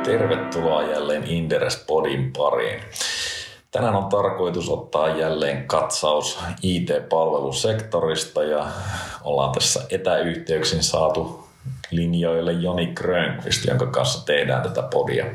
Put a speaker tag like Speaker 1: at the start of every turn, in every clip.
Speaker 1: Tervetuloa jälleen Inderes-podin pariin. Tänään on tarkoitus ottaa jälleen katsaus IT-palvelusektorista ja ollaan tässä etäyhteyksin saatu linjoille Joni Grönqvist, jonka kanssa tehdään tätä podia.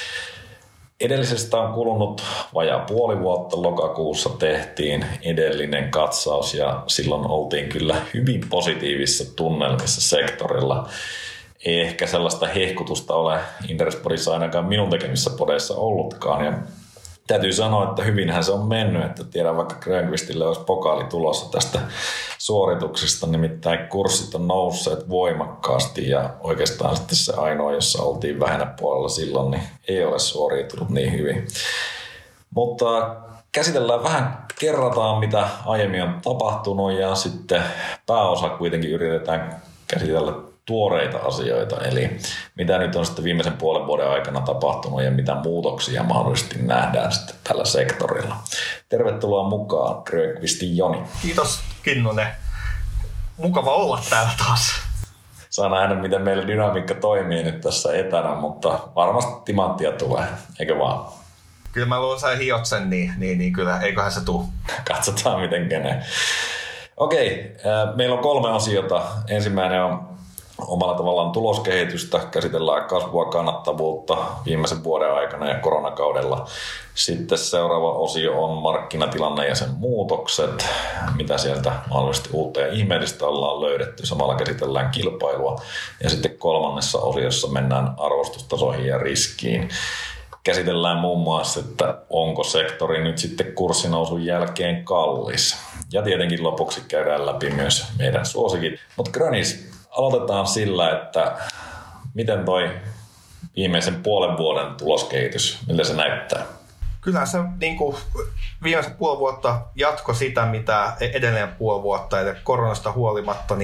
Speaker 1: Edellisestä on kulunut vajaa puoli vuotta, lokakuussa tehtiin edellinen katsaus ja silloin oltiin kyllä hyvin positiivisissa tunnelmissa sektorilla. Ei ehkä sellaista hehkutusta ole Inderes-podissa ainakaan minun tekemissä podeissa ollutkaan. Ja täytyy sanoa, että hyvinhän se on mennyt, että tiedän vaikka Grönqvistille olisi pokaali tulossa tästä suorituksesta, nimittäin kurssit on nousseet voimakkaasti ja oikeastaan sitten se ainoa, jossa oltiin vähennä puolella silloin, niin ei ole suoriutunut niin hyvin. Mutta käsitellään vähän, kerrataan mitä aiemmin on tapahtunut ja sitten pääosa kuitenkin yritetään käsitellä tuoreita asioita, eli mitä nyt on sitten viimeisen puolen vuoden aikana tapahtunut ja mitä muutoksia mahdollisesti nähdään sitten tällä sektorilla. Tervetuloa mukaan, Grönqvistin Joni.
Speaker 2: Kiitos Kinnunen. Mukava olla täällä taas.
Speaker 1: Saa nähdä, miten meillä dynamiikka toimii nyt tässä etänä, mutta varmasti timanttia tulee, eikö vaan?
Speaker 2: Kyllä mä luulen, sä hiot sen, niin kyllä, eiköhän se tule.
Speaker 1: Katsotaan miten kenee. Okei, meillä on 3 osiota. Ensimmäinen on omalla tavallaan tuloskehitystä, käsitellään kasvua, kannattavuutta viimeisen vuoden aikana ja koronakaudella. Sitten seuraava osio on markkinatilanne ja sen muutokset, mitä sieltä mahdollisesti uutta ja ihmeellistä ollaan löydetty. Samalla käsitellään kilpailua ja sitten 3. osiossa mennään arvostustasoihin ja riskiin. Käsitellään muun muassa, että onko sektori nyt sitten kurssinousun jälkeen kallis. Ja tietenkin lopuksi käydään läpi myös meidän suosikit. Mutta Grönis, aloitetaan sillä, että miten toi viimeisen puolen vuoden tuloskehitys, miltä se näyttää?
Speaker 2: Kyllä se niin kuin viimeisen puoli vuotta jatko sitä, mitä edellinen puoli vuotta, eli koronasta huolimatta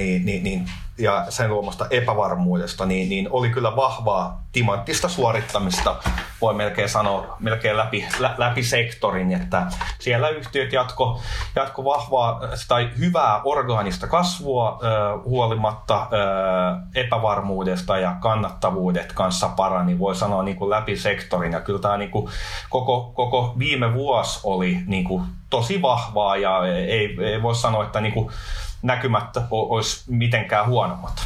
Speaker 2: ja sen luomasta epävarmuudesta, niin oli kyllä vahvaa timanttista suorittamista, voi melkein sanoa melkein läpi sektorin, että siellä yhtiöt jatko vahvaa tai hyvää orgaanista kasvua huolimatta epävarmuudesta ja kannattavuudet kanssa parani, voi sanoa niin kuin läpi sektorin, ja kyllä tämä niin kuin koko viime vuosi oli niin kuin tosi vahvaa ja ei voi sanoa, että niin kuin näkymättä olisi mitenkään huonommat.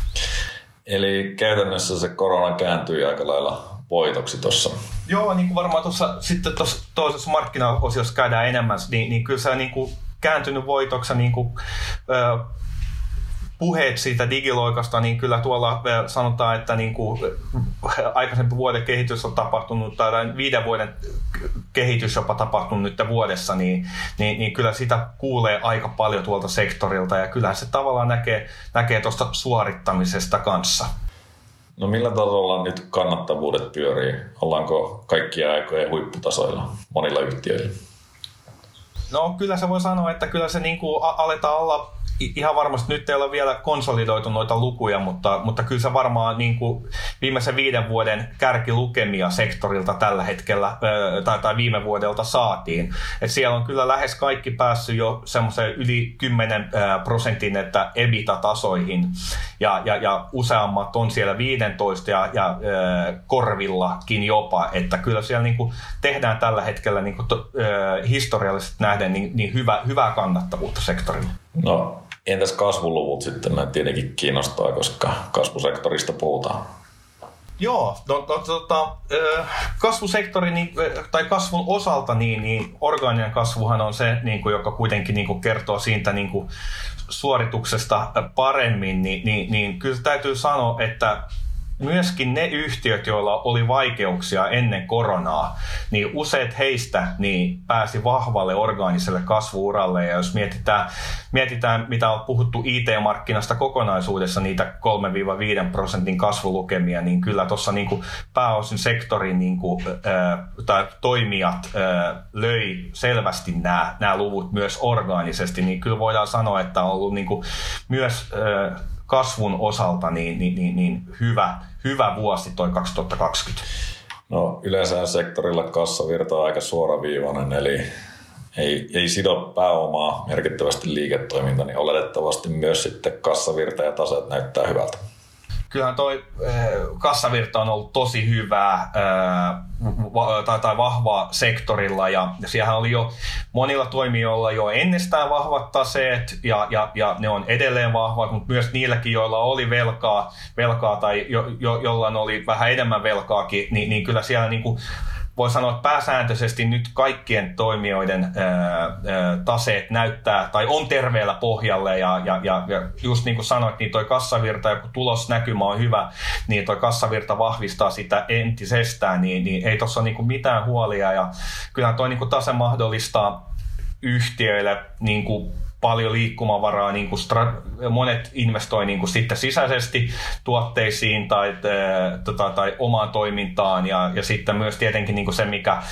Speaker 1: Eli käytännössä se korona kääntyi aika lailla voitoksi tuossa.
Speaker 2: Joo, niin kuin varmaan tuossa toisessa markkinaosiossa käydään enemmän, niin kyllä se niin kuin kääntynyt voitoksi niin kuin, puheet siitä digiloikasta, niin kyllä tuolla sanotaan, että niin kuin aikaisempi vuoden kehitys on tapahtunut, tai 5 vuoden kehitys jopa tapahtunut nyt vuodessa, niin kyllä sitä kuulee aika paljon tuolta sektorilta, ja kyllähän se tavallaan näkee tuosta suorittamisesta kanssa.
Speaker 1: No millä tasolla nyt kannattavuudet pyörii? Ollaanko kaikkia aikojen huipputasoilla monilla yhtiöillä?
Speaker 2: No kyllä se voi sanoa, että kyllä se niin kuin aletaan olla. Ihan varmasti nyt ei ole vielä konsolidoitu noita lukuja, mutta kyllä se varmaan niin kuin viimeisen 5 vuoden kärkilukemia sektorilta tällä hetkellä tai viime vuodelta saatiin. Et siellä on kyllä lähes kaikki päässyt jo semmoiseen yli 10% että EBITDA-tasoihin ja useammat on siellä 15 ja korvillakin jopa. Että kyllä siellä niin kuin tehdään tällä hetkellä niin kuin historiallisesti nähden niin hyvää kannattavuutta sektorilla.
Speaker 1: No. Entäs kasvuluvut sitten? Nämä tietenkin kiinnostaa, koska kasvusektorista puhutaan.
Speaker 2: Joo, kasvusektori tai kasvun osalta niin orgaaninen kasvuhan on se, niin kuin, joka kuitenkin niin kuin kertoo siitä niin kuin suorituksesta paremmin, niin kyllä täytyy sanoa, että myöskin ne yhtiöt, joilla oli vaikeuksia ennen koronaa, niin useat heistä niin pääsi vahvalle orgaaniselle kasvu-uralle. Ja jos mietitään mitä on puhuttu IT-markkinasta kokonaisuudessa, niitä 3-5% kasvulukemia, niin kyllä tuossa niin kuin pääosin sektorin niin kuin, tai toimijat löi selvästi nämä luvut myös orgaanisesti, niin kyllä voidaan sanoa, että on ollut niin kuin myös kasvun osalta niin hyvä vuosi toi 2020.
Speaker 1: No yleensä sektorilla kassavirta on aika suoraviivainen, eli ei sido pääomaa merkittävästi liiketoiminta, niin oletettavasti myös sitten kassavirta ja taseet näyttää hyvältä.
Speaker 2: kyllähän toi kassavirta on ollut tosi hyvää tai vahvaa sektorilla ja siellähän oli jo monilla toimijoilla jo ennestään vahvat taseet ja ne on edelleen vahvat, mutta myös niilläkin, joilla oli velkaa tai jollain oli vähän enemmän velkaakin, niin kyllä siellä niinku voi sanoa, että pääsääntöisesti nyt kaikkien toimijoiden taseet näyttää tai on terveellä pohjalle ja just niin kuin sanoit, niin toi kassavirta ja kun tulosnäkymä on hyvä, niin toi kassavirta vahvistaa sitä entisestään, niin ei tuossa niinku mitään huolia ja kyllähän toi niinku tase mahdollistaa yhtiöille niinku paljon liikkumavaraa, niin kuin monet investoi niin kuin sitten sisäisesti tuotteisiin tai omaan toimintaan ja sitten myös tietenkin niin kuin se,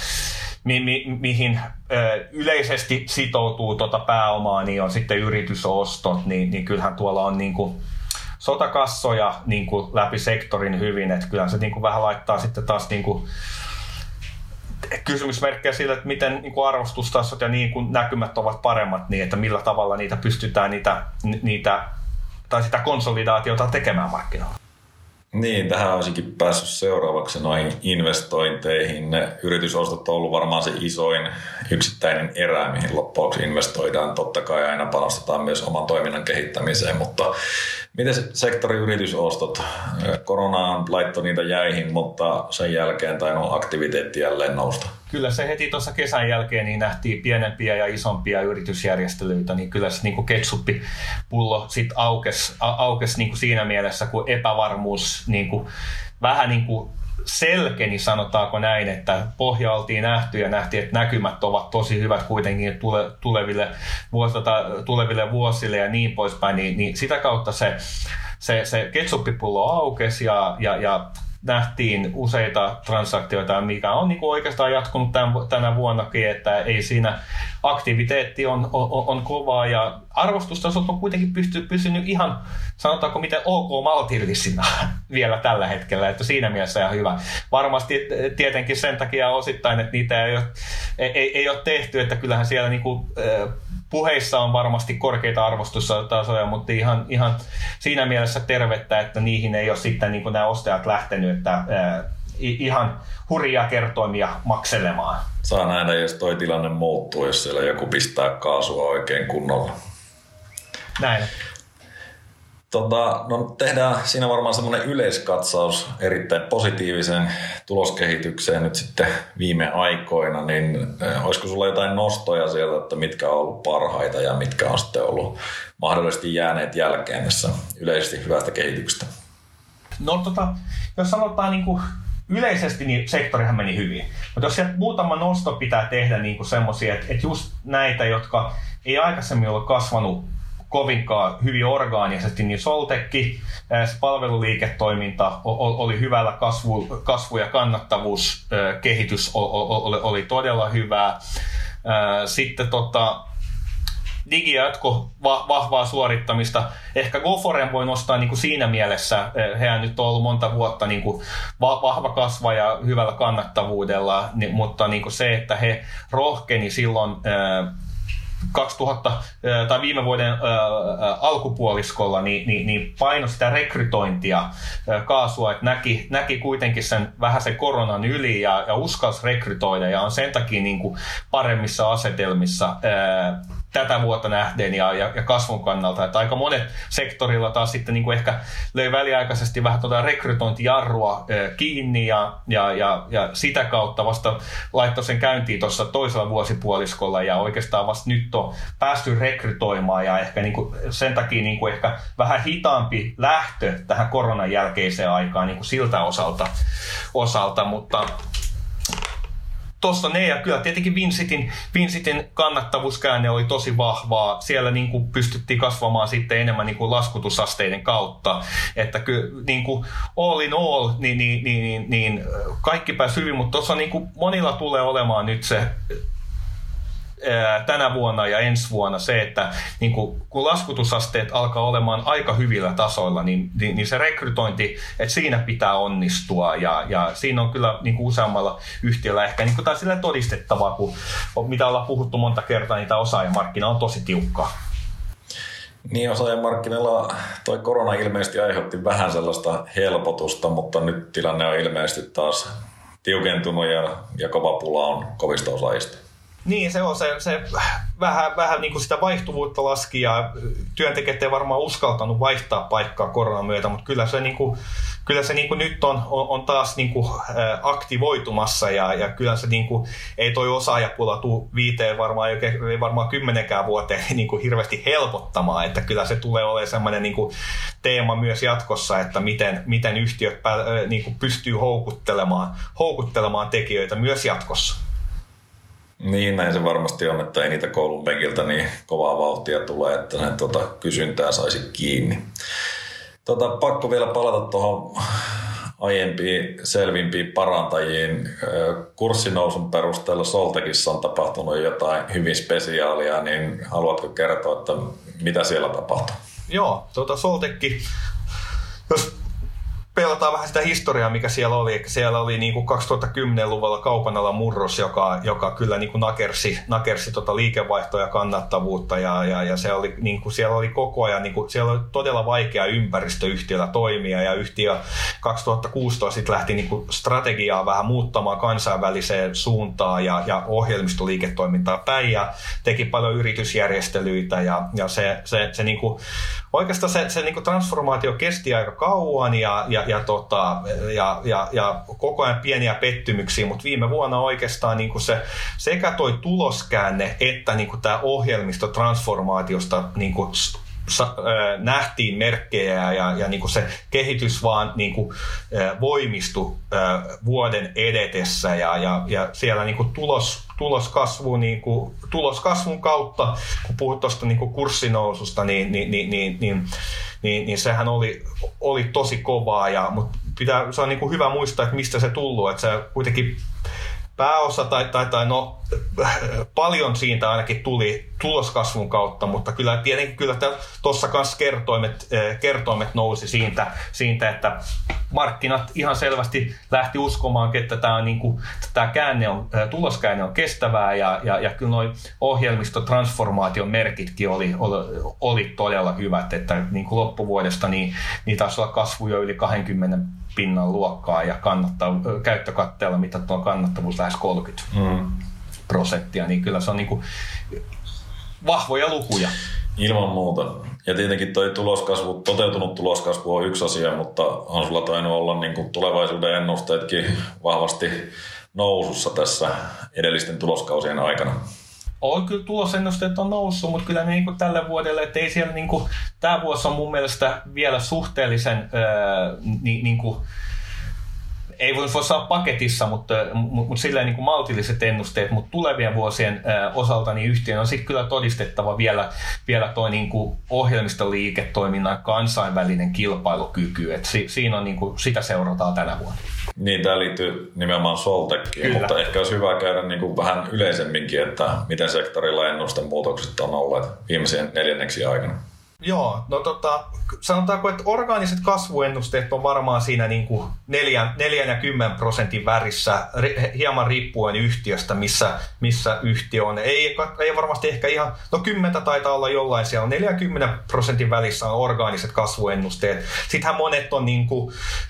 Speaker 2: mihin yleisesti sitoutuu pääomaa, niin on sitten yritysostot, niin kyllähän tuolla on niin kuin sotakassoja niin kuin läpi sektorin hyvin, että kyllähän se niin kuin vähän laittaa sitten taas niin kuin kysymysmerkkejä sillä, että miten niin kuin arvostustasot ja niin kuin näkymät ovat paremmat, niin että millä tavalla niitä pystytään tai sitä konsolidaatiota tekemään markkinoilla.
Speaker 1: Niin, tähän olisinkin päässyt seuraavaksi noihin investointeihin. Yritysostot on ollut varmaan se isoin yksittäinen erä, mihin loppuksi investoidaan. Totta kai aina panostetaan myös oman toiminnan kehittämiseen, mutta miten sektorin yritysostot? Korona laittoi niitä jäihin, mutta sen jälkeen tainnut aktiviteetti jälleen nousta.
Speaker 2: Kyllä se heti tuossa kesän jälkeen niin nähtiin pienempiä ja isompia yritysjärjestelyitä, niin kyllä se niin kuin ketsuppipullo sitten aukesi niin kuin siinä mielessä, kun epävarmuus niin kuin, vähän niin kuin selkeni, sanotaanko näin, että pohja oltiin nähty ja nähtiin, että näkymät ovat tosi hyvät kuitenkin tuleville vuosille ja niin poispäin, niin sitä kautta se ketsuppipullo aukesi ja nähtiin useita transaktioita, mikä on niin kuin oikeastaan jatkunut tänä vuonnakin, että ei siinä aktiviteetti on kovaa ja arvostustasot on kuitenkin pysynyt ihan, sanotaanko miten maltillisina vielä tällä hetkellä, että siinä mielessä ihan hyvä. Varmasti tietenkin sen takia osittain, että niitä ei ole tehty, että kyllähän siellä niin kuin, puheissa on varmasti korkeita arvostustasoja, mutta ihan siinä mielessä tervettä, että niihin ei ole sitten niin kuin nämä ostajat lähtenyt, että ihan hurjia kertoimia makselemaan.
Speaker 1: Saa nähdä, jos toi tilanne muuttuu, jos siellä joku pistää kaasua oikein kunnolla.
Speaker 2: Näin.
Speaker 1: No tehdään siinä varmaan semmoinen yleiskatsaus erittäin positiivisen tuloskehitykseen nyt sitten viime aikoina, niin olisiko sulla jotain nostoja sieltä, että mitkä on ollut parhaita ja mitkä on sitten ollut mahdollisesti jääneet jälkeen tässä yleisesti hyvästä kehityksestä?
Speaker 2: No jos sanotaan niin kuin yleisesti, niin sektorihan meni hyvin, mutta jos sieltä muutama nosto pitää tehdä niin kuin semmoisia, että just näitä, jotka ei aikaisemmin ole kasvanut kovinkaan hyvin orgaanisesti, niin Soltekki, se palveluliiketoiminta oli hyvällä kasvu- ja kannattavuuskehitys oli todella hyvää. Sitten Digi jatko vahvaa suorittamista. Ehkä Goforen voi nostaa niin kuin siinä mielessä, hehän nyt on ollut monta vuotta niin kuin vahva kasvaja hyvällä kannattavuudella, mutta niin kuin se, että he rohkeni silloin 2000 tai viime vuoden alkupuoliskolla niin paino sitä rekrytointia kaasua, että näki kuitenkin vähän sen koronan yli ja uskalsi rekrytoida ja on sen takia niin kuin paremmissa asetelmissa tätä vuotta nähden ja kasvun kannalta, että aika monet sektorilla taas sitten niin kuin ehkä löi väliaikaisesti vähän rekrytointijarrua kiinni ja sitä kautta vasta laittoi sen käyntiin tuossa toisella vuosipuoliskolla ja oikeastaan vasta nyt on päästy rekrytoimaan ja ehkä niin kuin sen takia niin kuin ehkä vähän hitaampi lähtö tähän koronan jälkeiseen aikaan niin kuin siltä osalta, mutta tuossa ne ja kyllä tietenkin Vincitin kannattavuuskäänne oli tosi vahvaa. Siellä niin kuin pystyttiin kasvamaan sitten enemmän niin kuin laskutusasteiden kautta. Että kyllä niin kuin all in all niin kaikki pääsi hyvin, mutta tuossa niin kuin monilla tulee olemaan nyt se tänä vuonna ja ensi vuonna se, että niin kun laskutusasteet alkaa olemaan aika hyvillä tasoilla, niin se rekrytointi, että siinä pitää onnistua ja siinä on kyllä niin useammalla yhtiöllä ehkä niin tai sillä todistettavaa, kun mitä ollaan puhuttu monta kertaa, niin tämä osaajamarkkina on tosi tiukkaa.
Speaker 1: Niin, osaajamarkkinoilla toi korona ilmeisesti aiheutti vähän sellaista helpotusta, mutta nyt tilanne on ilmeisesti taas tiukentunut ja kova pula on kovista osaajista.
Speaker 2: Niin, se on se vähän niin kuin sitä vaihtuvuutta laski ja työntekijät ei varmaan uskaltanut vaihtaa paikkaa koronan myötä, mutta kyllä se nyt on taas niin kuin aktivoitumassa ja kyllä se niin kuin, ei toi osaajapula tule ei varmaan 10 vuoteen niin kuin hirveästi helpottamaan, että kyllä se tulee olemaan semmoinen niin kuin teema myös jatkossa, että miten yhtiöt niin kuin pystyy houkuttelemaan tekijöitä myös jatkossa.
Speaker 1: Niin, näin se varmasti on, että ei niitä koulun penkiltä niin kovaa vauhtia tule, että ne kysyntää saisi kiinni. Pakko vielä palata tuohon aiempiin selvimpiin parantajiin. Kurssinousun perusteella Soltekissa on tapahtunut jotain hyvin spesiaalia, niin haluatko kertoa, että mitä siellä tapahtuu?
Speaker 2: Joo, Soltekki, jos pelataan vähän sitä historiaa, mikä siellä oli. Siellä oli niin kuin 2010-luvulla kaupan alan murros, joka kyllä niin kuin nakersi liikevaihtoa ja kannattavuutta. Ja se oli, niin kuin, siellä oli koko ajan, niin kuin, siellä oli todella vaikea ympäristö yhtiöllä toimia. Ja yhtiö 2016 sit lähti niin kuin strategiaa vähän muuttamaan kansainväliseen suuntaan ja ohjelmistoliiketoimintaa päin. Ja teki paljon yritysjärjestelyitä. Ja se niin kuin, oikeastaan se niin kuin transformaatio kesti aika kauan ja koko ajan pieniä pettymyksiä, mutta viime vuonna oikeastaan niin kuin se sekä toi tuloskäänne että niin kuin tämä ohjelmistotransformaatiosta niin kuin nähtiin merkkejä ja niin kuin se kehitys vaan niin kuin voimistui vuoden edetessä ja siellä niin kuin tuloskasvun kautta, kun puhut tuosta niin kuin kurssinoususta, niin sehän oli tosi kovaa, mutta se on niin kuin hyvä muistaa, että mistä se tullut, että se kuitenkin pääosa paljon siitä ainakin tuli tuloskasvun kautta, mutta kyllä tietenkin tuossa kanssa kertoimet nousi siitä, että markkinat ihan selvästi lähti uskomaan, että tämä tuloskäänne on kestävää ja kyllä nuo ohjelmistotransformaation merkitkin oli todella hyvät, että niin kuin loppuvuodesta niin taisi olla kasvu jo yli 20% luokkaa ja käyttökatteella mitattuna kannattavuus lähes 30%, niin kyllä se on niin kuin vahvoja lukuja.
Speaker 1: Ilman muuta. Ja tietenkin toteutunut tuloskasvu on yksi asia, mutta on sulla tainnut olla niin kuin tulevaisuuden ennusteetkin vahvasti nousussa tässä edellisten tuloskausien aikana.
Speaker 2: Kyllä tulosennusteet on noussut, mutta kyllä niin kuin tälle vuodelle, että ei siellä niin kuin, tämä vuosi on mun mielestä vielä suhteellisen niin kuin, ei voi sanoa paketissa, mutta silleen niin kuin maltilliset ennusteet, mutta tulevien vuosien osalta niin yhtiön on sitten kyllä todistettava vielä tuo niin kuin ohjelmistoliiketoiminnan kansainvälinen kilpailukyky, että siinä on niin kuin, sitä seurataan tänä vuonna.
Speaker 1: Niin, tämä liittyy nimenomaan Soltekkiin, mutta ehkä olisi hyvä käydä niin kuin vähän yleisemminkin, että miten sektorilla ennustemuutokset on olleet viimeisen neljänneksi aikana.
Speaker 2: Joo, no sanotaanko, että orgaaniset kasvuennusteet on varmaan siinä niin kuin 4 ja 10% värissä, hieman riippuen yhtiöstä, missä yhtiö on. Ei varmasti ehkä ihan, 10 taitaa olla jollain, siellä on 40% välissä on orgaaniset kasvuennusteet. Sittenhän monet on niin kuin,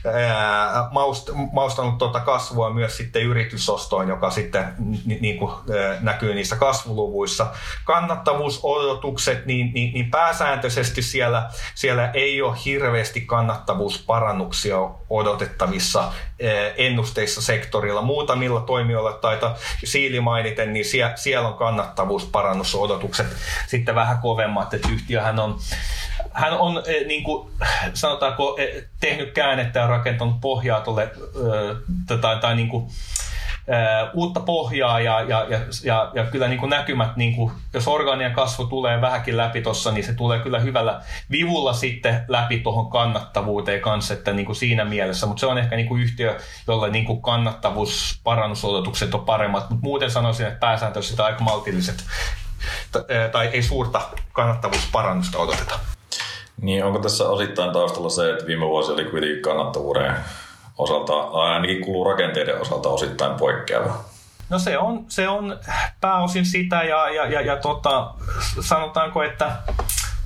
Speaker 2: maustanut kasvua myös sitten yritysostoon, joka sitten niin kuin, näkyy niissä kasvuluvuissa. Kannattavuusodotukset, niin pääsääntöisesti siellä ei ole hirveästi kannattavuusparannuksia odotettavissa ennusteissa sektorilla. Muutamilla toimijoilla taita Siili mainiten, niin siellä on kannattavuusparannusodotukset sitten vähän kovemmat, että yhtiöhän on niin kuin sanotaanko tehnyt käännettä ja rakentanut pohjaa tuolle tai niin kuin uutta pohjaa ja kyllä niin kuin näkymät, niin kuin, jos orgaaninen kasvu tulee vähänkin läpi tuossa, niin se tulee kyllä hyvällä vivulla sitten läpi tuohon kannattavuuteen kanssa, että niin kuin siinä mielessä, mutta se on ehkä niin kuin yhtiö, jolle niin kuin kannattavuusparannusodotukset on paremmat, mutta muuten sanoisin, että pääsääntöisesti aika maltilliset tai ei suurta kannattavuusparannusta odoteta.
Speaker 1: Niin, onko tässä osittain taustalla se, että viime vuosi oli kuitenkin kannattavuuden osalta, ainakin kulurakenteiden osalta osittain poikkeava?
Speaker 2: No se on pääosin sitä ja sanotaanko, että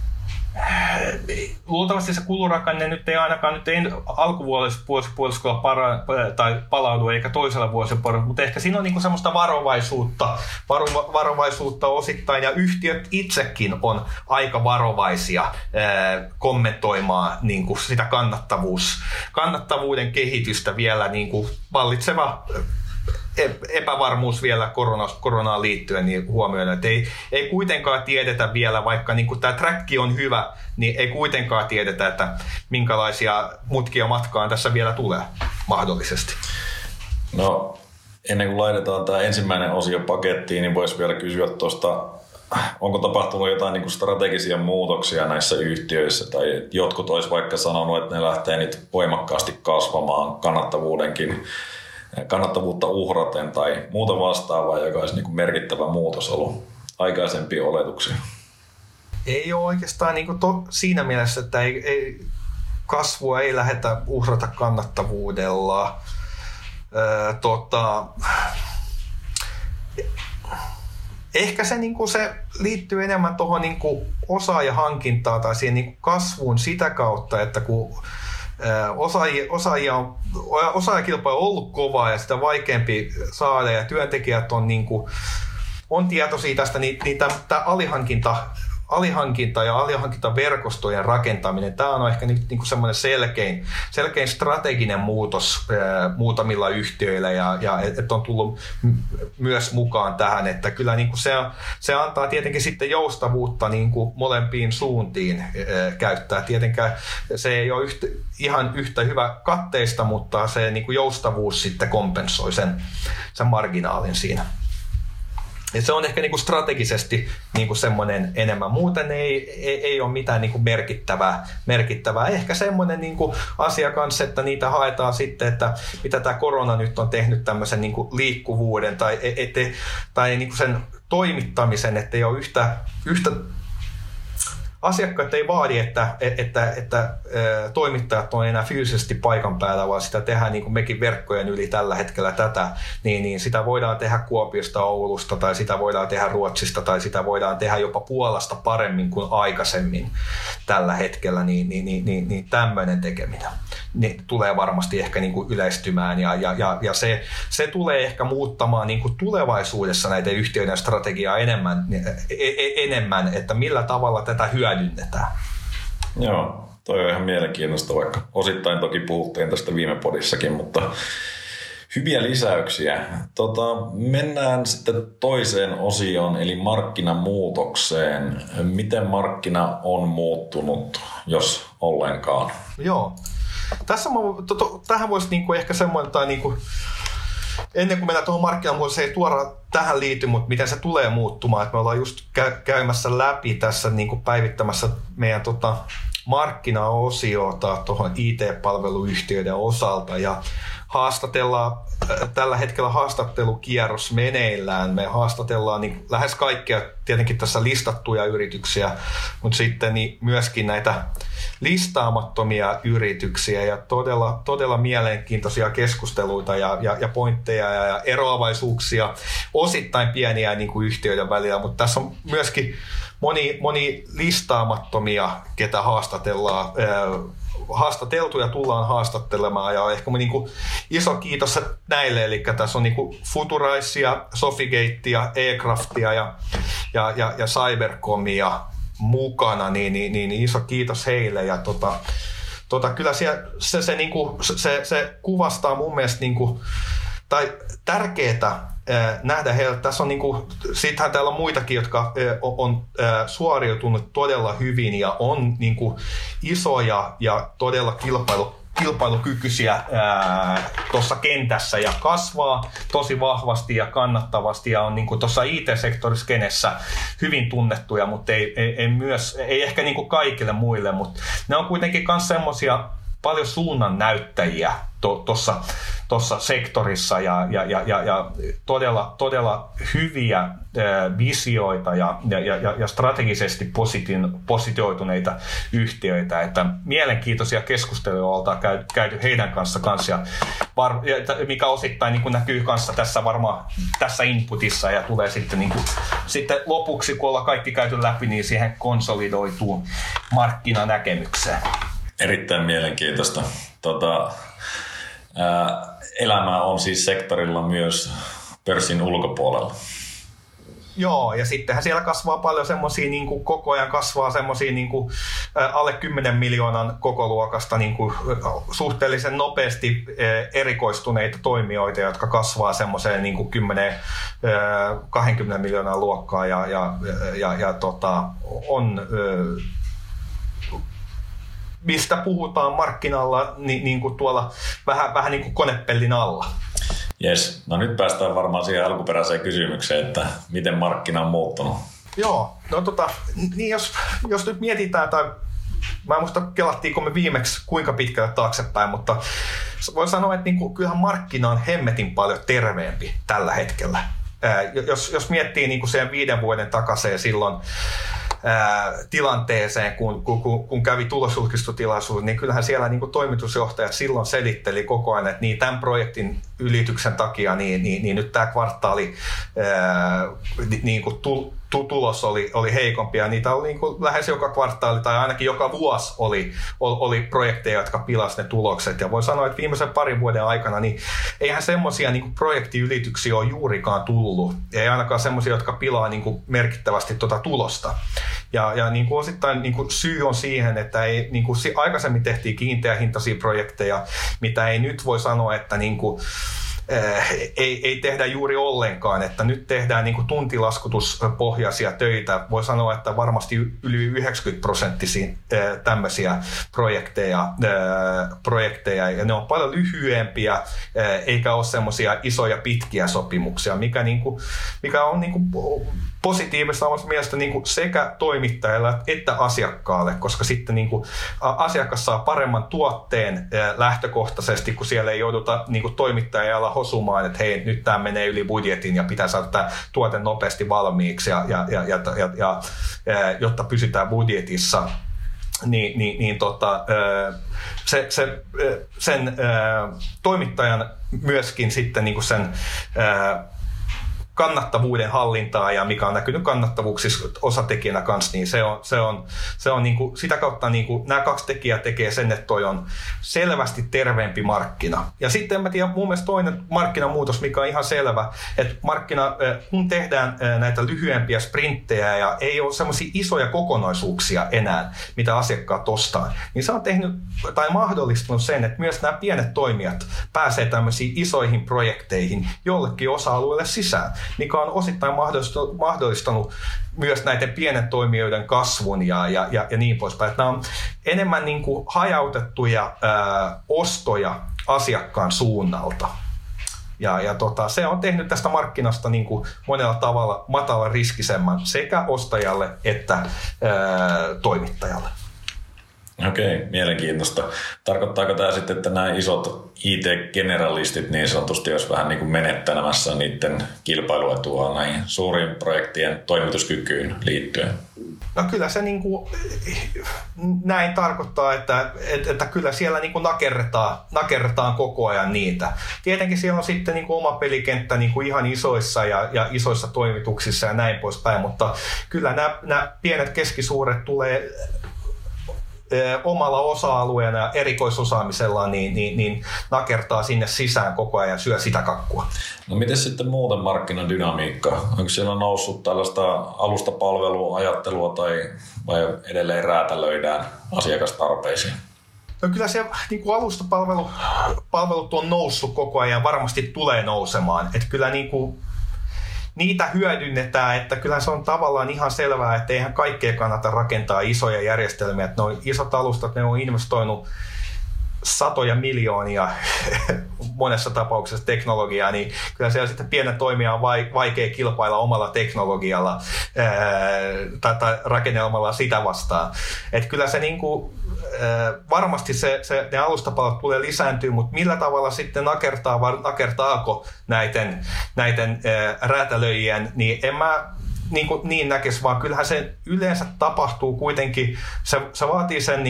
Speaker 2: luultavasti se kulurakanne nyt ei ainakaan alkuvuosipuoliskolla tai palaudu eikä toisella vuosipuoliskolla, mutta ehkä siinä on niinku semmoista varovaisuutta osittain, ja yhtiöt itsekin on aika varovaisia kommentoimaan niinku sitä kannattavuuden kehitystä vielä, niinku vallitseva epävarmuus vielä koronaan liittyen niin huomioida, että ei kuitenkaan tiedetä vielä, vaikka niin tämä träkki on hyvä, niin ei kuitenkaan tiedetä, että minkälaisia mutkia matkaan tässä vielä tulee mahdollisesti.
Speaker 1: No, ennen kuin laitetaan tämä ensimmäinen osio pakettiin, niin voisi vielä kysyä tuosta, onko tapahtunut jotain niin kuin strategisia muutoksia näissä yhtiöissä, tai jotkut olisi vaikka sanonut, että ne lähtee nyt voimakkaasti kasvamaan kannattavuutta uhraten tai muuta vastaavaa, joka olisi niin kuin merkittävä muutos ollut aikaisempia oletuksia?
Speaker 2: Ei ole oikeastaan niin kuin siinä mielessä, että kasvua ei lähdetä uhrata kannattavuudella. Ehkä se, niin kuin se liittyy enemmän tuohon niin kuin osaajahankintaan tai siihen niin kuin kasvuun sitä kautta, että kun osaajakilpailu on ollut kovaa ja sitä vaikeampi saada ja työntekijät on, niin kuin, on tietoisia tästä, niin tämä alihankinta ja alihankintaverkostojen rakentaminen, tämä on ehkä niin kuin semmoinen selkein strateginen muutos muutamilla yhtiöillä ja että on tullut myös mukaan tähän, että kyllä niin kuin se antaa tietenkin sitten joustavuutta niin kuin molempiin suuntiin käyttää. Tietenkään se ei ole ihan yhtä hyvä katteista, mutta se niin kuin joustavuus sitten kompensoi sen marginaalin siinä. Ja se on ehkä niinku strategisesti niinku semmoinen enemmän. Muuten ei ole mitään niinku merkittävää. Ehkä semmoinen niinku asia kanssa, että niitä haetaan sitten, että mitä tämä korona nyt on tehnyt tämmöisen niinku liikkuvuuden tai niinku sen toimittamisen, että ei ole yhtä asiakkaat ei vaadi, että toimittajat on enää fyysisesti paikan päällä, vaan sitä tehdään niin kuin mekin verkkojen yli tällä hetkellä tätä, niin sitä voidaan tehdä Kuopiosta, Oulusta, tai sitä voidaan tehdä Ruotsista, tai sitä voidaan tehdä jopa Puolasta paremmin kuin aikaisemmin tällä hetkellä, niin tämmöinen tekeminen niin tulee varmasti ehkä niin kuin yleistymään, ja se tulee ehkä muuttamaan niin kuin tulevaisuudessa näiden yhtiöiden strategiaa enemmän, että millä tavalla tätä hyödynnetään.
Speaker 1: Joo, toi on ihan mielenkiintoista, vaikka osittain toki puhuttiin tästä viime podissakin, mutta hyviä lisäyksiä. Mennään sitten toiseen osioon, eli markkinamuutokseen. Miten markkina on muuttunut, jos ollenkaan?
Speaker 2: Joo. Tähän voisi niinku ehkä semmoinen, tai niinku, ennen kuin mennään tuohon markkinamuutokseen, se ei tuoda tähän liity, mutta miten se tulee muuttumaan. Että me ollaan just käymässä läpi tässä niinku päivittämässä meidän markkinaosiota tuohon IT-palveluyhtiöiden osalta ja haastatellaan, tällä hetkellä haastattelukierros meneillään. Me haastatellaan niin lähes kaikkia tietenkin tässä listattuja yrityksiä, mutta sitten niin myöskin näitä listaamattomia yrityksiä ja todella mielenkiintoisia keskusteluita ja pointteja ja eroavaisuuksia, osittain pieniä niin kuin yhtiöiden välillä, mutta tässä on myöskin moni listaamattomia, ketä haastateltuja tullaan haastattelemaan, ja ehkä niin kuin iso kiitos näille, eli tässä on niin kuin Futuricea, Sofigatea, Aircraftia ja Cybercomia mukana, niin iso kiitos heille, ja kyllä se kuvastaa mun mielestä niin kuin, tai tärkeää nähdä heille. Tässä on sittenhän täällä on muitakin, jotka on suoriutunut todella hyvin ja on isoja ja todella kilpailukykyisiä tuossa kentässä ja kasvaa tosi vahvasti ja kannattavasti ja on tuossa IT-sektoriskenessä hyvin tunnettuja, mutta ei ehkä kaikille muille, mutta ne on kuitenkin myös semmoisia paljon suunnan näyttäjiä tuossa sektorissa ja todella hyviä visioita ja strategisesti positioituneita yhtiöitä, että mielenkiintoisia keskusteluja oltaan käyty heidän kanssa ja mikä osittain niin kuin näkyy kanssa tässä inputissa ja tulee sitten lopuksi, kun ollaan kaikki käyty läpi, niin siihen konsolidoituun markkinanäkemykseen.
Speaker 1: Erittäin mielenkiintoista. Elämää on siis sektorilla myös pörssin ulkopuolella.
Speaker 2: Joo, ja sittenhän siellä kasvaa paljon semmoisia, niin kuin koko ajan kasvaa semmoisia niin kuin alle 10 miljoonan kokoluokasta niin kuin suhteellisen nopeasti erikoistuneita toimijoita, jotka kasvaa semmoiseen niin kuin 10-20 miljoonan luokkaa on mistä puhutaan markkinalla niin kuin tuolla vähän niin kuin konepellin alla.
Speaker 1: Jes, no nyt päästään varmaan siihen alkuperäiseen kysymykseen, että miten markkina on muuttunut.
Speaker 2: Joo, no niin jos nyt mietitään, tai mä en muista kelattiinko me viimeksi kuinka pitkälle taaksepäin, mutta voi sanoa, että niin kuin, kyllähän markkina on hemmetin paljon terveempi tällä hetkellä. Jos miettii niin kuin sen 5 vuoden takaiseen silloin tilanteeseen, kun kävi tulosjulkistotilaisuus, niin kyllähän siellä niin kuin toimitusjohtajat silloin selitteli koko ajan, että niin tämän projektin ylityksen takia niin nyt tämä kvartaali niin kuin tulos oli heikompi, ja niitä oli niin kuin lähes joka kvartaali tai ainakin joka vuosi oli projekteja, jotka pilasivat ne tulokset. Ja voi sanoa, että viimeisen 2 vuoden aikana niin eihän semmoisia niin kuin projektiylityksiä ole juurikaan tullut. Ei ainakaan semmoisia, jotka pilaa niin kuin merkittävästi tulosta. Ja niin kuin osittain niin kuin syy on siihen, että ei, niin kuin aikaisemmin tehtiin kiinteähintaisia projekteja, mitä ei nyt voi sanoa, että niin kuin ei tehdä juuri ollenkaan, että nyt tehdään niin kuin tuntilaskutuspohjaisia töitä. Voi sanoa, että varmasti yli 90% tämmöisiä projekteja, ja ne on paljon lyhyempiä, eikä ole semmoisia isoja pitkiä sopimuksia, mikä on niin kuin positiivista omasta mielestä niin kuin sekä toimittajalle että asiakkaalle, koska sitten niin kuin asiakas saa paremman tuotteen lähtökohtaisesti, kun siellä ei jouduta niin kuin toimittajalla hosumaan, että hei, nyt tämä menee yli budjetin ja pitää saada tämä tuote nopeasti valmiiksi, jotta pysytään budjetissa. Sen toimittajan myöskin sitten niin kuin sen kannattavuuden hallintaa ja mikä on näkynyt kannattavuuksissa osatekijänä kanssa, niin se on niin kuin, sitä kautta niin kuin, nämä 2 tekijää tekee sen, että toi on selvästi terveempi markkina. Ja sitten en mä tiedä, mun mielestä toinen markkinamuutos, mikä on ihan selvä, että kun tehdään näitä lyhyempiä sprinttejä ja ei ole semmoisia isoja kokonaisuuksia enää, mitä asiakkaat ostaa, niin se on tehnyt tai mahdollistanut sen, että myös nämä pienet toimijat pääsee tämmöisiin isoihin projekteihin jollekin osa-alueelle sisään, mikä on osittain mahdollistanut myös näiden pienen toimijoiden kasvun ja niin poispäin. Nämä on enemmän niin kuin hajautettuja ostoja asiakkaan suunnalta. Se on tehnyt tästä markkinasta niin kuin monella tavalla matalan riskisemmän sekä ostajalle että toimittajalle.
Speaker 1: Okei, mielenkiintoista. Tarkoittaako tämä sitten, että nämä isot IT-generalistit niin sanotusti olisi vähän niin kuin menettämässä niiden kilpailuetua näihin suurien projektien toimituskykyyn liittyen?
Speaker 2: No kyllä se niin kuin, näin tarkoittaa, että kyllä siellä niin kuin nakerretaan koko ajan niitä. Tietenkin siellä on sitten niin kuin oma pelikenttä niin kuin ihan isoissa ja isoissa toimituksissa ja näin poispäin, mutta kyllä nämä pienet keskisuuret tulee omalla osa-alueena ja erikoisosaamisella niin nakertaa sinne sisään koko ajan ja syö sitä kakkua.
Speaker 1: No miten sitten muuten markkinadynamiikka? Onko siellä noussut tällaista alustapalveluajattelua vai edelleen räätälöidään asiakastarpeisiin?
Speaker 2: No kyllä se niin kuin alustapalvelut on noussut koko ajan ja varmasti tulee nousemaan. Että kyllä niin kuin niitä hyödynnetään, että kyllä se on tavallaan ihan selvää, että eihän kaikkea kannata rakentaa isoja järjestelmiä. Että nuo isot alustat, ne on investoinut satoja miljoonia monessa tapauksessa teknologiaa, niin kyllä siellä sitten pienen toimijan on vaikea kilpailla omalla teknologialla tai rakennelmalla sitä vastaan. Että kyllä se niinku, varmasti ne alustapalvelut tulee lisääntyä, mutta millä tavalla sitten nakertaako näiden räätälöijien, niin en mä niin näkisi, vaan kyllähän se yleensä tapahtuu kuitenkin, se vaatii sen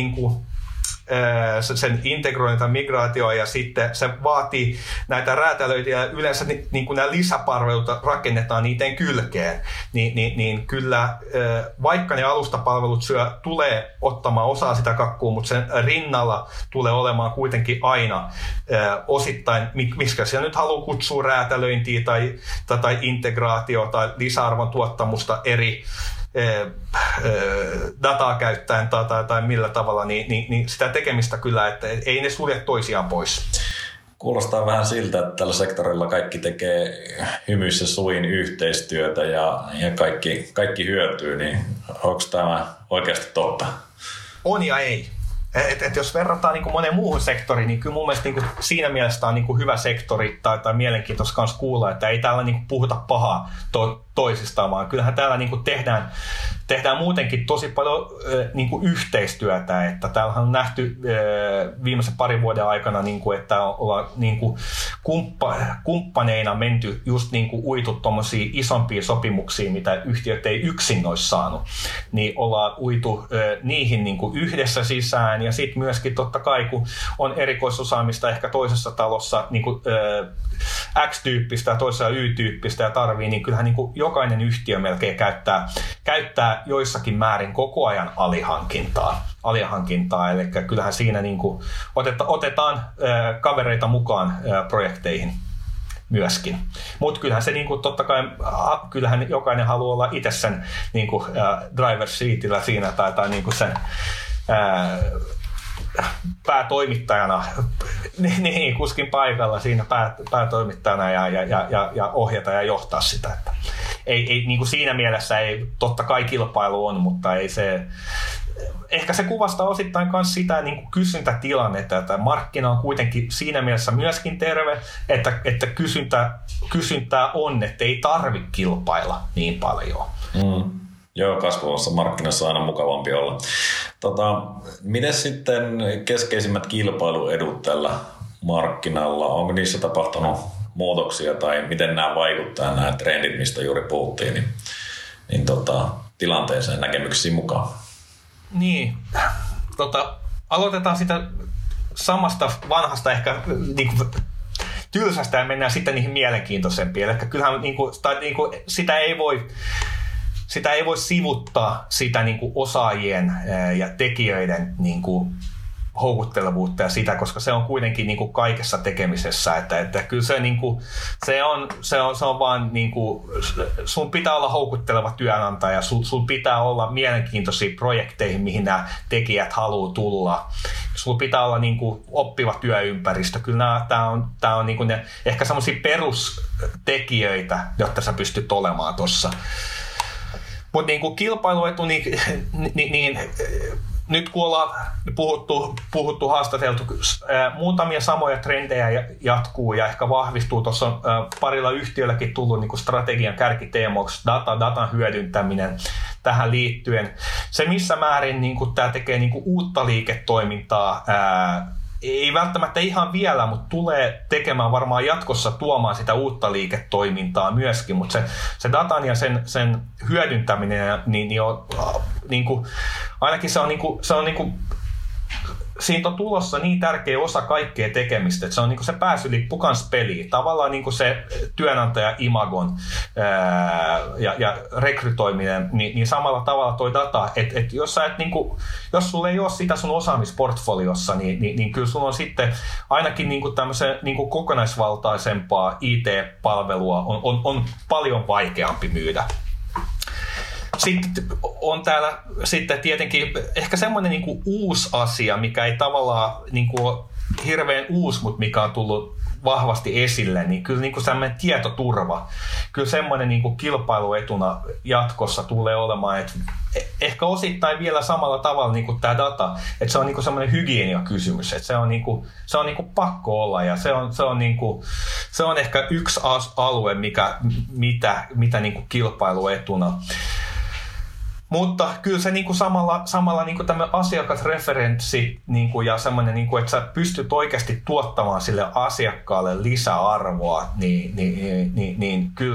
Speaker 2: sen integroinnin tai migraatioon, ja sitten se vaatii näitä räätälöityjä, ja yleensä niin kuin nämä lisäpalvelut rakennetaan niiden kylkeen, niin kyllä vaikka ne alustapalvelut tulee ottamaan osaa sitä kakkua, mutta sen rinnalla tulee olemaan kuitenkin aina osittain, miksi siellä nyt haluaa kutsua räätälöintiä tai integraatio tai lisäarvon tuottamusta eri dataa käyttäen tai millä tavalla, niin sitä tekemistä kyllä, että ei ne sulje toisiaan pois.
Speaker 1: Kuulostaa vähän siltä, että tällä sektorilla kaikki tekee hymyssä suin yhteistyötä ja kaikki hyötyy, niin onko tämä oikeasti totta?
Speaker 2: On ja ei. Et jos verrataan niin kuin moneen muuhun sektoriin, niin kyllä mun mielestä niin kuin siinä mielessä on niin kuin hyvä sektori tai mielenkiintoista kanssa kuulla, että ei täällä niin kuin puhuta pahaa toisistaan, vaan kyllähän täällä niin kuin tehdään muutenkin tosi paljon niin kuin yhteistyötä, että täällähän on nähty viimeisen parin vuoden aikana, niin kuin, että ollaan niin kuin kumppaneina menty just niin kuin uitu tuommoisia isompia sopimuksia, mitä yhtiöt ei yksin olisi saanut, niin ollaan uitu niihin niin kuin yhdessä sisään, ja sitten myöskin totta kai, kun on erikoisosaamista ehkä toisessa talossa niin kuin X-tyyppistä ja toisessa Y-tyyppistä ja tarvii, niin kyllähän niin kuin jokainen yhtiö melkein käyttää joissakin määrin koko ajan alihankintaa, eli kyllähän siinä niin kuin otetaan kavereita mukaan projekteihin myöskin. Mutta kyllähän se niin kuin, totta kai, kyllähän jokainen haluaa olla itse sen niin kuin, driver seatillä siinä tai niin kuin sen päätoimittajana, niin kuskin paikalla siinä päätoimittajana ja ohjata ja johtaa sitä. Että ei, niin kuin siinä mielessä ei, totta kai kilpailu on, mutta ei se, ehkä se kuvastaa osittain myös sitä niin kuin kysyntätilannetta, että markkina on kuitenkin siinä mielessä myöskin terve, että kysyntää on, että ei tarvitse kilpailla niin paljon.
Speaker 1: Joo, kasvavassa markkinassa on aina mukavampi olla. Miten sitten keskeisimmät kilpailuedut tällä markkinalla? Onko niissä tapahtunut muutoksia tai miten nämä vaikuttaa, nämä trendit, mistä juuri puhuttiin, niin tilanteeseen näkemyksiin mukaan?
Speaker 2: Niin, aloitetaan sitä samasta vanhasta ehkä niin kuin tylsästä ja mennään sitten niihin mielenkiintoisempiin. Eli kyllähän sitä ei voi sivuttaa sitä niin kuin osaajien ja tekijöiden niin kuin houkuttelevuutta ja sitä, koska se on kuitenkin niin kuin kaikessa tekemisessä, että kyllä se niin kuin, se on vaan niin kuin, sun pitää olla houkutteleva työnantaja, sun pitää olla mielenkiintoisia projekteihin, mihin nämä tekijät haluaa tulla. Sulla pitää olla niin kuin oppiva työympäristö. Kyllä tää on niin kuin ne ehkä semmoisia perustekijöitä, jotta sä pystyt olemaan tuossa. Mutta niin kilpailuetu, niin nyt kun ollaan puhuttu, haastateltu, muutamia samoja trendejä jatkuu ja ehkä vahvistuu. Tuossa on parilla yhtiölläkin tullut niin strategian kärkiteemoiksi datan hyödyntäminen tähän liittyen. Se missä määrin niin tämä tekee niin uutta liiketoimintaa, ei välttämättä ihan vielä, mutta tulee tekemään varmaan jatkossa tuomaan sitä uutta liiketoimintaa myöskin, mutta se datan ja sen hyödyntäminen, niin on, niin kuin, ainakin se on niin kuin, siitä on tulossa niin tärkeä osa kaikkea tekemistä, että se on niin kuin se pääsylippu kans peliin. Tavallaan niin kuin se työnantaja-imagon ja rekrytoiminen, niin samalla tavalla toi data, että jos sulla ei ole sitä sun osaamisportfoliossa, niin kyllä sulla on sitten ainakin niin kuin tämmöisen niin kuin kokonaisvaltaisempaa IT-palvelua on paljon vaikeampi myydä. Sitten on täällä sitten tietenkin ehkä semmoinen niin kuin uusi asia, mikä ei tavallaan niin kuin hirveän uusi, mutta mikä on tullut vahvasti esille, niin kyllä niin kuin semmoinen tietoturva, kyllä semmoinen niin kuin kilpailuetuna jatkossa tulee olemaan, että ehkä osittain vielä samalla tavalla niin kuin tämä data, että se on niin kuin semmoinen hygieniakysymys, että se on niin kuin pakko olla ja se on ehkä yksi alue, mitä niin kuin kilpailuetuna Mutta kyllä se niinku samalla niinku tämä asiakasreferenssi niinku ja semmoinen, niinku, että sä pystyt oikeasti tuottamaan sille asiakkaalle lisäarvoa, niin kyllä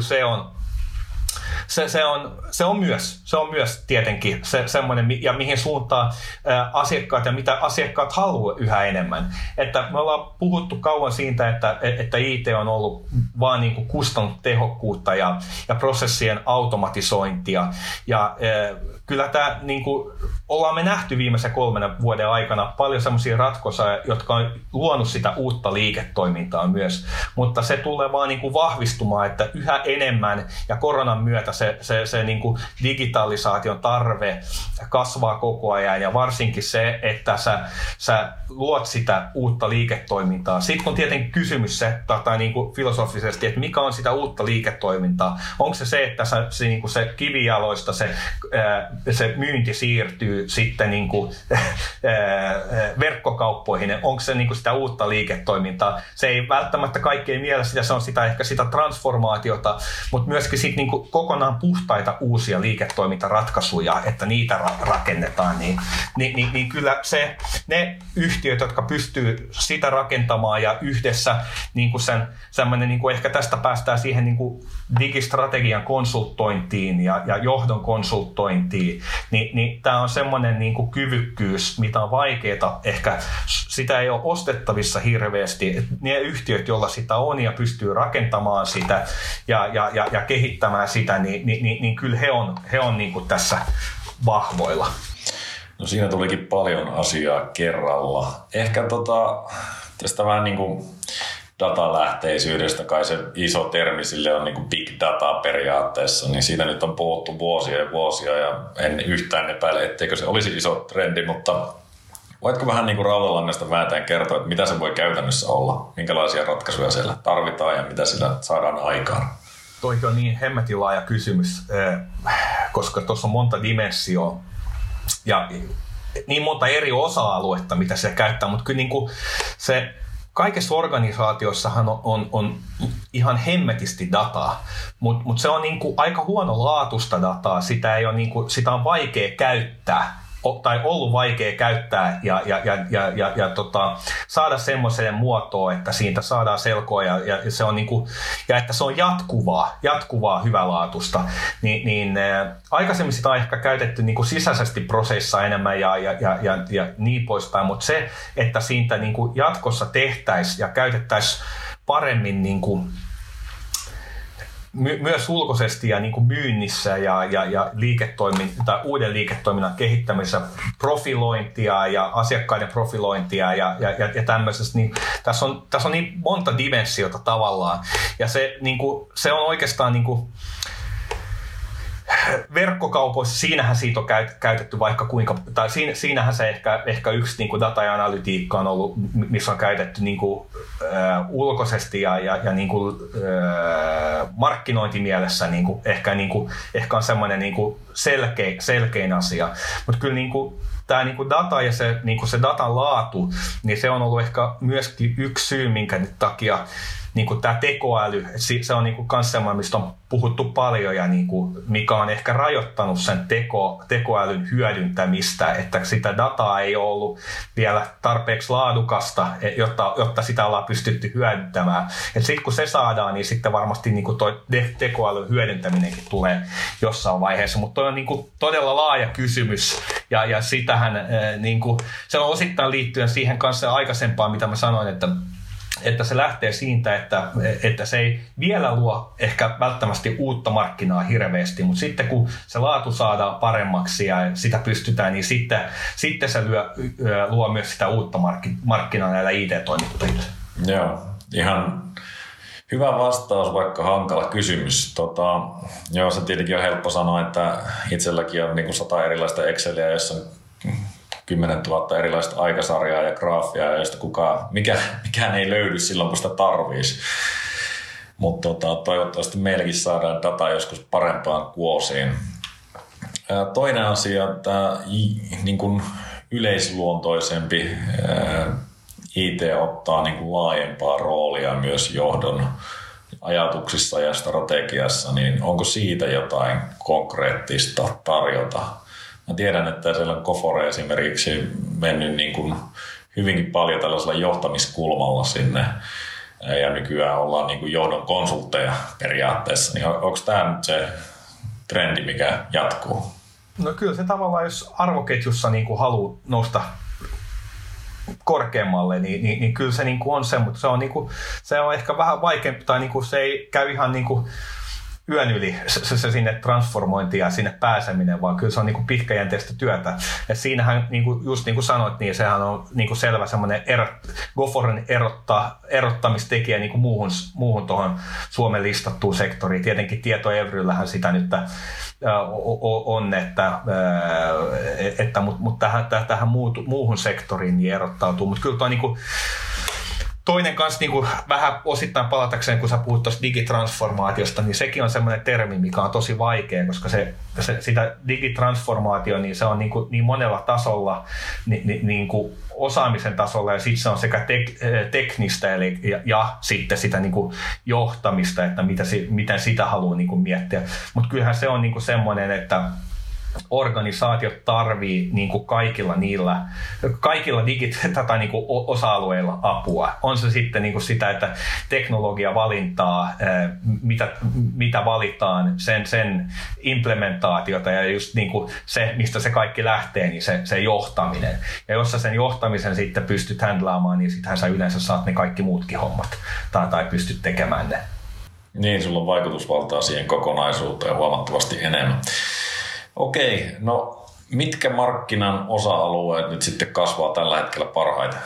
Speaker 2: se on myös tietenkin semmoinen, ja mihin suuntaan asiakkaat ja mitä asiakkaat haluaa yhä enemmän. Että me ollaan puhuttu kauan siitä, että IT on ollut vaan niin kuin kustannustehokkuutta ja prosessien automatisointia. Ja kyllä tämä, niin kuin, ollaan me nähty viimeisen 3 vuoden aikana paljon semmoisia ratkaisuja, jotka on luonut sitä uutta liiketoimintaa myös. Mutta se tulee vaan niin kuin vahvistumaan, että yhä enemmän ja koronan myötä se niin kuin digitalisaation tarve kasvaa koko ajan ja varsinkin se, että sä luot sitä uutta liiketoimintaa. Sitten kun tietenkin kysymys tai niin kuin filosofisesti, että mikä on sitä uutta liiketoimintaa, onko se, että niin kuin se kivijaloista se myynti siirtyy sitten niin kuin verkkokauppoihin, onko se niin kuin sitä uutta liiketoimintaa. Se ei välttämättä kaikkein mielessä sitä, se on ehkä sitä transformaatiota, mutta myöskin sit niin kuin kokonaan puhtaita uusia liiketoimintaratkaisuja, että niitä rakennetaan, niin kyllä ne yhtiöt, jotka pystyy sitä rakentamaan ja yhdessä niin kuin semmoinen, niin kuin ehkä tästä päästään siihen niin kuin digistrategian konsultointiin ja johdon konsultointiin, niin tämä on semmoinen niin kuin kyvykkyys, mitä on vaikeaa, ehkä sitä ei ole ostettavissa hirveästi, että ne yhtiöt, joilla sitä on ja pystyy rakentamaan sitä ja kehittämään sitä, niin kyllä he on niin kuin tässä vahvoilla.
Speaker 1: No siinä tulikin paljon asiaa kerralla. Ehkä tästä vähän niin kuin datalähteisyydestä, kai se iso termi sille on niin kuin big data periaatteessa, niin siitä nyt on puhuttu vuosia ja vuosia ja en yhtään epäile, etteikö se olisi iso trendi, mutta voitko vähän niin kuin rautalangasta vääntäen kertoa, että mitä se voi käytännössä olla, minkälaisia ratkaisuja siellä tarvitaan ja mitä sillä saadaan aikaan?
Speaker 2: Toikin on niin hemmetin laaja kysymys, koska tuossa on monta dimensioa ja niin monta eri osa-aluetta, mitä se käyttää, mutta kyllä niin kuin se kaikessa organisaatiossahan on ihan hemmetisti dataa, mutta se on niin kuin aika huonolaatuista dataa, sitä on vaikea käyttää tai ollut vaikea käyttää ja saada semmoiseen muotoon, että siitä saadaan selkoa ja se on niinku, ja että se on jatkuvaa hyvälaatuista, niin aikaisemmin sitä on ehkä käytetty niinku sisäisesti prosessissa enemmän ja niin poispäin, mutta se, että siitä niinku jatkossa tehtäisiin ja käytettäisiin paremmin niinku myös ulkoisesti ja niin kuin myynnissä ja uuden liiketoiminnan kehittämisessä profilointia ja asiakkaiden profilointia ja tämmöisessä, niin tässä on niin monta dimensiota tavallaan ja se on oikeastaan niin kuin verkkokaupoissa, siinähän siitä on käytetty vaikka kuinka, tai siinähän se ehkä yksi niin kuin data ja analytiikka on ollut, missä on käytetty niin kuin, ulkoisesti ja niin kuin, markkinointimielessä niin kuin, ehkä on semmoinen niin kuin selkein asia, mutta kyllä niin kuin, tämä niin kuin data ja se, niin kuin se datan laatu, niin se on ollut ehkä myöskin yksi syy, minkä takia niin kuin tämä tekoäly, se on niin kuin myös semmoinen, mistä on puhuttu paljon ja niin kuin, mikä on ehkä rajoittanut sen tekoälyn hyödyntämistä, että sitä dataa ei ole ollut vielä tarpeeksi laadukasta, jotta sitä ollaan pystytty hyödyntämään. Sitten kun se saadaan, niin sitten varmasti niin kuin toi tekoälyn hyödyntäminenkin tulee jossain vaiheessa, mutta toi on niin kuin todella laaja kysymys ja sitähän niin kuin, se on osittain liittyen siihen kanssa aikaisempaan, mitä mä sanoin, että se lähtee siitä, että se ei vielä luo ehkä välttämättä uutta markkinaa hirveästi, mutta sitten kun se laatu saadaan paremmaksi ja sitä pystytään, niin sitten se luo myös sitä uutta markkinaa näillä IT-toimittajilla.
Speaker 1: Joo, ihan hyvä vastaus, vaikka hankala kysymys. Joo, se tietenkin on helppo sanoa, että itselläkin on niin kuin 100 erilaista Exceliä, jossa on 10 000 erilaista aikasarjaa ja graafia, joista mikään ei löydy silloin, kun sitä tarvitsisi. Mutta toivottavasti meilläkin saadaan dataa joskus parempaan kuosiin. Toinen asia, tämä niin kuin yleisluontoisempi IT ottaa niin kuin laajempaa roolia myös johdon ajatuksissa ja strategiassa, niin onko siitä jotain konkreettista tarjota? Mä tiedän, että siellä on Gofore esimerkiksi mennyt niin kuin hyvinkin paljon tällaisella johtamiskulmalla sinne. Ja nykyään ollaan niin kuin johdon konsultteja periaatteessa. Niin onko tämä nyt se trendi, mikä jatkuu?
Speaker 2: No kyllä se tavallaan, jos arvoketjussa niin kuin haluaa nousta korkeammalle, niin kyllä se niin kuin on se, mutta se on ehkä vähän vaikeampi, tai niin kuin se ei käy ihan niin kuin yön yli se sinne transformointiin ja sinne pääseminen, vaan kyllä se on niin kuin pitkäjänteistä työtä. Ja siinähän, niin kuin, just niin kuin sanoit, niin sehän on niin kuin selvä semmoinen Goforen erottamistekijä niin kuin muuhun tuohon Suomen listattuun sektoriin. Tietenkin Tietoevryllähän sitä nyt on, mutta tähän muuhun sektoriin niin erottautuu. Mutta kyllä tuo niin kuin toinen kanssa niin vähän osittain palatakseen, kun sä puhut tuosta digitransformaatiosta, niin sekin on semmoinen termi, mikä on tosi vaikea, koska sitä digitransformaatio, niin se on niin monella tasolla, niin kuin osaamisen tasolla, ja sitten se on sekä teknistä ja sitten sitä niin kuin johtamista, että miten sitä haluaa niin kuin miettiä. Mutta kyllähän se on niin kuin semmoinen, että organisaatiot tarvii niin kuin kaikilla niin kuin osa-alueilla apua. On se sitten niin kuin sitä, että teknologia valintaa, mitä valitaan, sen implementaatiota ja just niin kuin se, mistä se kaikki lähtee, niin se johtaminen. Ja jos sä sen johtamisen sitten pystyt handlaamaan, niin sittenhän sä yleensä saat ne kaikki muutkin hommat tai pystyt tekemään ne.
Speaker 1: Niin, sulla on vaikutusvaltaa siihen kokonaisuuteen huomattavasti enemmän. Okei, no mitkä markkinan osa-alueet nyt sitten kasvaa tällä hetkellä parhaiten?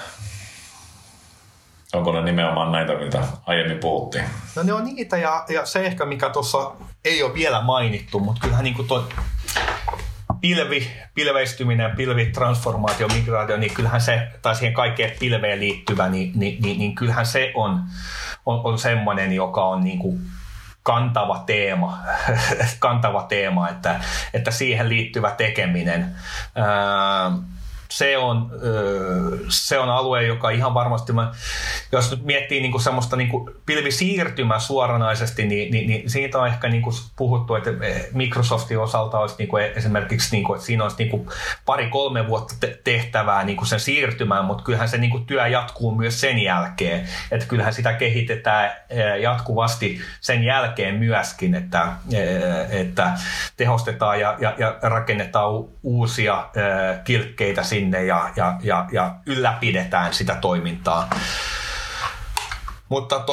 Speaker 1: Onko ne nimenomaan näitä, mitä aiemmin puhuttiin?
Speaker 2: No ne on niitä ja se ehkä, mikä tuossa ei ole vielä mainittu, mutta kyllähän niin kuin tuo pilveistyminen, pilvitransformaatio, migraatio, niin kyllähän se, tai siihen kaikkeen pilveen liittyvä, niin kyllähän se on semmoinen, joka on niin kuin kantava teema, että siihen liittyvä tekeminen. Se on alue, joka ihan varmasti, jos nyt miettii niin kuin semmoista niin kuin pilvisiirtymää suoranaisesti, niin siitä on ehkä niin kuin puhuttu, että Microsoftin osalta olisi niin kuin esimerkiksi, niin kuin, että siinä olisi niin kuin 2-3 vuotta tehtävää niin kuin sen siirtymään, mutta kyllähän se niin kuin työ jatkuu myös sen jälkeen, että kyllähän sitä kehitetään jatkuvasti sen jälkeen myöskin, että tehostetaan ja rakennetaan uusia kilkkeitä sinne ja ylläpidetään sitä toimintaa. Mutta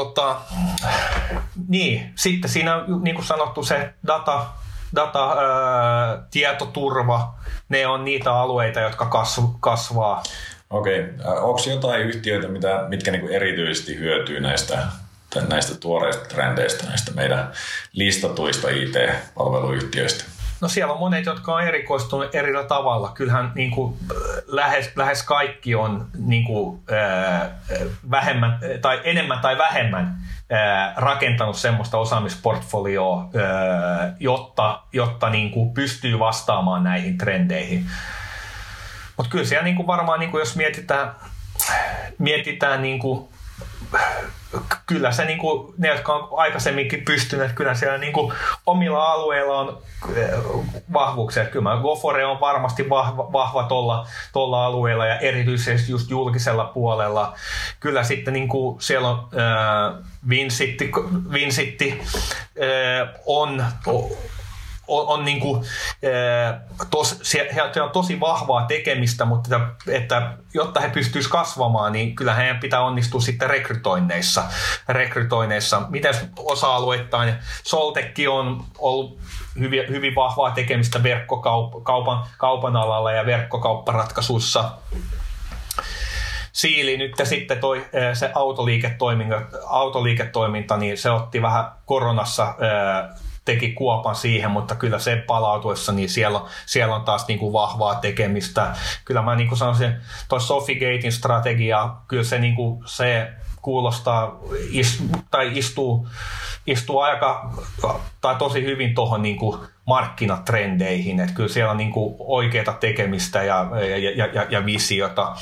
Speaker 2: niin, sitten siinä on niin kuin sanottu se data, tietoturva, ne on niitä alueita, jotka kasvaa.
Speaker 1: Okei. Onko jotain yhtiöitä, mitkä niin kuin erityisesti hyötyy näistä tuoreista trendeistä, näistä meidän listatuista IT-palveluyhtiöistä?
Speaker 2: No siellä on monet, jotka on erikoistunut eri tavalla. Kyllähän niin kuin lähes kaikki on niin kuin, vähemmän tai enemmän tai vähemmän rakentanut semmoista osaamisportfolioa, jotta niin kuin pystyy vastaamaan näihin trendeihin. Mutta kyllä siellä niin kuin varmaan, niin kuin jos mietitään niin kuin, kyllä se niin kuin, ne, jotka on aikaisemminkin pystyneet, kyllä siellä niin kuin omilla alueilla on vahvuuksia. Kyllä Gofore on varmasti vahva tuolla alueella ja erityisesti just julkisella puolella. Kyllä sitten niin kuin siellä on Vincitti on niin kuin, on tosi vahvaa tekemistä, mutta että jotta he pystyisivät kasvamaan, niin kyllä heidän pitää onnistua sitten rekrytoinneissa. Miten osa-alueittain Soltekki on ollut hyvin vahvaa tekemistä verkkokaupan alalla ja verkkokaupparatkaisuissa. Siili nyt ja sitten se autoliiketoiminta, niin se otti vähän koronassa teki kuopan siihen, mutta kyllä sen palautuessa, niin siellä on taas niin kuin vahvaa tekemistä. Kyllä mä niin kuin sanoisin, toi Sofigatein strategia, kyllä se, niin kuin, se kuulostaa istuu aika tai tosi hyvin tuohon niin kuin markkinatrendeihin, että kyllä siellä on niin kuin oikeata tekemistä ja visiota.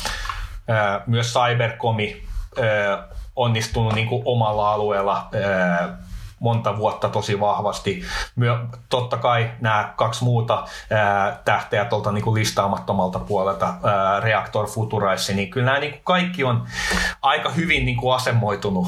Speaker 2: Myös Cybercomi onnistunut niin kuin omalla alueella monta vuotta tosi vahvasti. Totta kai nämä kaksi muuta tähteä tuolta niin kuin listaamattomalta puolelta, Reaktor, Futurice, niin kyllä nämä niin kuin kaikki on aika hyvin niin kuin asemoitunut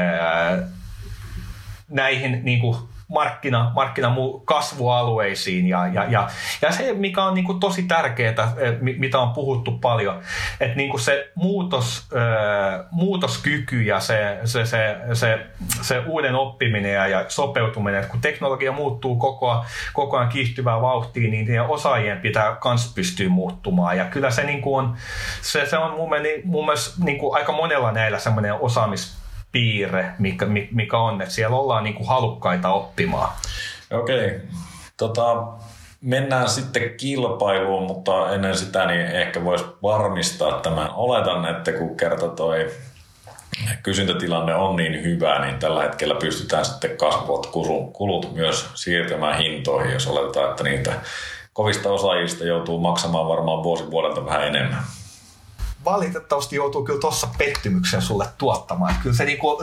Speaker 2: näihin niin kuin kasvualueisiin ja se, mikä on niin kuin tosi tärkeää, mitä on puhuttu paljon, että niin kuin se muutoskyky ja se uuden oppiminen ja sopeutuminen, että kun teknologia muuttuu koko ajan kiihtyvää vauhtia, niin osaajien pitää myös pystyä muuttumaan, ja kyllä se, niin kuin se on mun mielestä niin kuin aika monella näillä semmoinen osaamispiirre, mikä on, että siellä ollaan niin kuin halukkaita oppimaan.
Speaker 1: Okei. Mennään sitten kilpailuun, mutta ennen sitä niin ehkä voisi varmistaa tämän. Oletan, että kun kerta toi kysyntätilanne on niin hyvä, niin tällä hetkellä pystytään sitten kasvavat kulut myös siirtämään hintoihin, jos oletetaan, että niitä kovista osaajista joutuu maksamaan varmaan vuodelta vähän enemmän.
Speaker 2: Valitettavasti joutuu kyllä tuossa pettymyksen sulle tuottamaan. Kyllä se, niinku,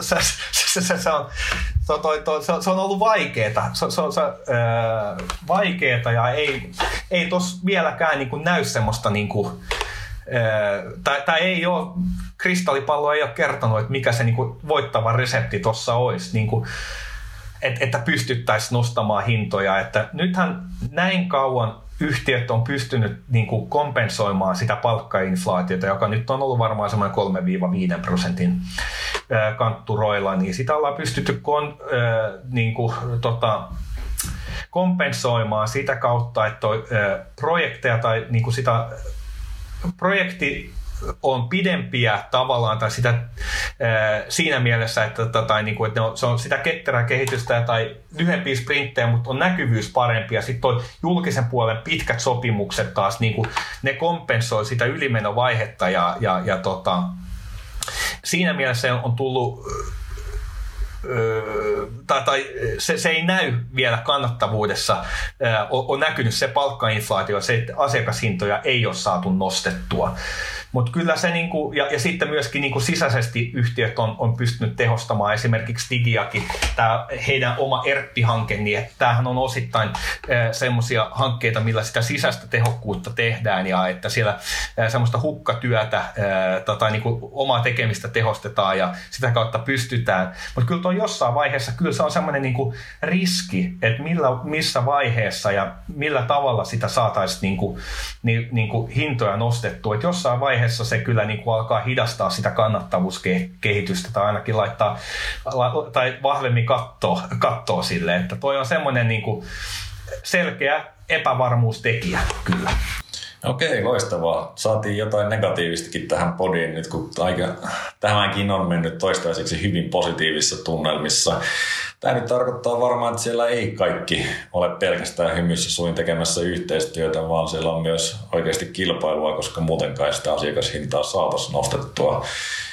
Speaker 2: se on ollut vaikeeta. Vaikeeta ja ei tuossa vieläkään niinku näy semmoista, niinku, tai ei ole, kristallipallo ei ole kertonut, että mikä se niinku voittava resepti tuossa olisi. Niinku, että pystyttäisiin nostamaan hintoja. Että nythän näin kauan yhtiöt on pystynyt niin kuin kompensoimaan sitä palkkainflaatiota, joka nyt on ollut varmaan semmoinen 3-5% kantturoilla, niin sitä ollaan pystytty kompensoimaan sitä kautta, että projekteja tai niin kuin sitä projekti on pidempiä tavallaan tai sitä siinä mielessä, että se on sitä ketterää kehitystä tai lyhyempiä sprinttejä, mutta on näkyvyys parempi ja sitten julkisen puolen pitkät sopimukset taas ne kompensoi sitä ylimenovaihetta ja siinä mielessä on tullut se ei näy vielä kannattavuudessa, on näkynyt se palkkainflaatio, se, että asiakashintoja ei ole saatu nostettua. Mutta kyllä se, ja sitten myöskin sisäisesti yhtiöt on pystynyt tehostamaan, esimerkiksi Digiakin, tämä heidän oma ERP-hanke, niin tämähän on osittain semmoisia hankkeita, millä sitä sisäistä tehokkuutta tehdään, ja että siellä semmoista hukkatyötä tai omaa tekemistä tehostetaan, ja sitä kautta pystytään. Mutta kyllä jossain vaiheessa, kyllä se on semmoinen riski, että missä vaiheessa ja millä tavalla sitä saataisiin hintoja nostettua. Että jossain vaiheessa se kyllä alkaa hidastaa sitä kannattavuuskehitystä tai ainakin laittaa tai vahvemmin kattoo sille, että toi on semmoinen selkeä epävarmuustekijä kyllä.
Speaker 1: Okei, loistavaa. Saatiin jotain negatiivistakin tähän podiin nyt, kun tämäkin on mennyt toistaiseksi hyvin positiivisissa tunnelmissa. Tämä nyt tarkoittaa varmaan, että siellä ei kaikki ole pelkästään hymyssä suin tekemässä yhteistyötä, vaan siellä on myös oikeasti kilpailua, koska muutenkaan sitä asiakashintaa saataisiin nostettua.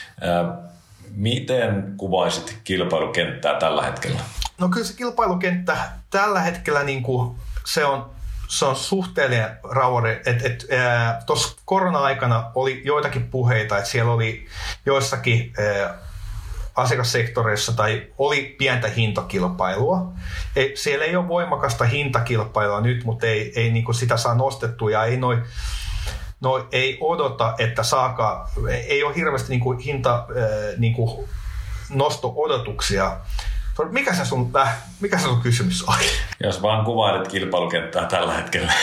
Speaker 1: Miten kuvaisit kilpailukenttää tällä hetkellä?
Speaker 2: No kyllä se kilpailukenttä tällä hetkellä se on suhteellinen rauhallinen. Tuossa korona-aikana oli joitakin puheita, että siellä oli joissakin asiakassektoreissa tai oli pientä hintakilpailua. Siellä ei ole voimakasta hintakilpailua nyt, mutta ei sitä saa nostettua ja ei odota, että ei ole hirveästi hinta nosto-odotuksia. Mikä se sun kysymys oli?
Speaker 1: Jos vaan kuvailet kilpailukenttää tällä hetkellä.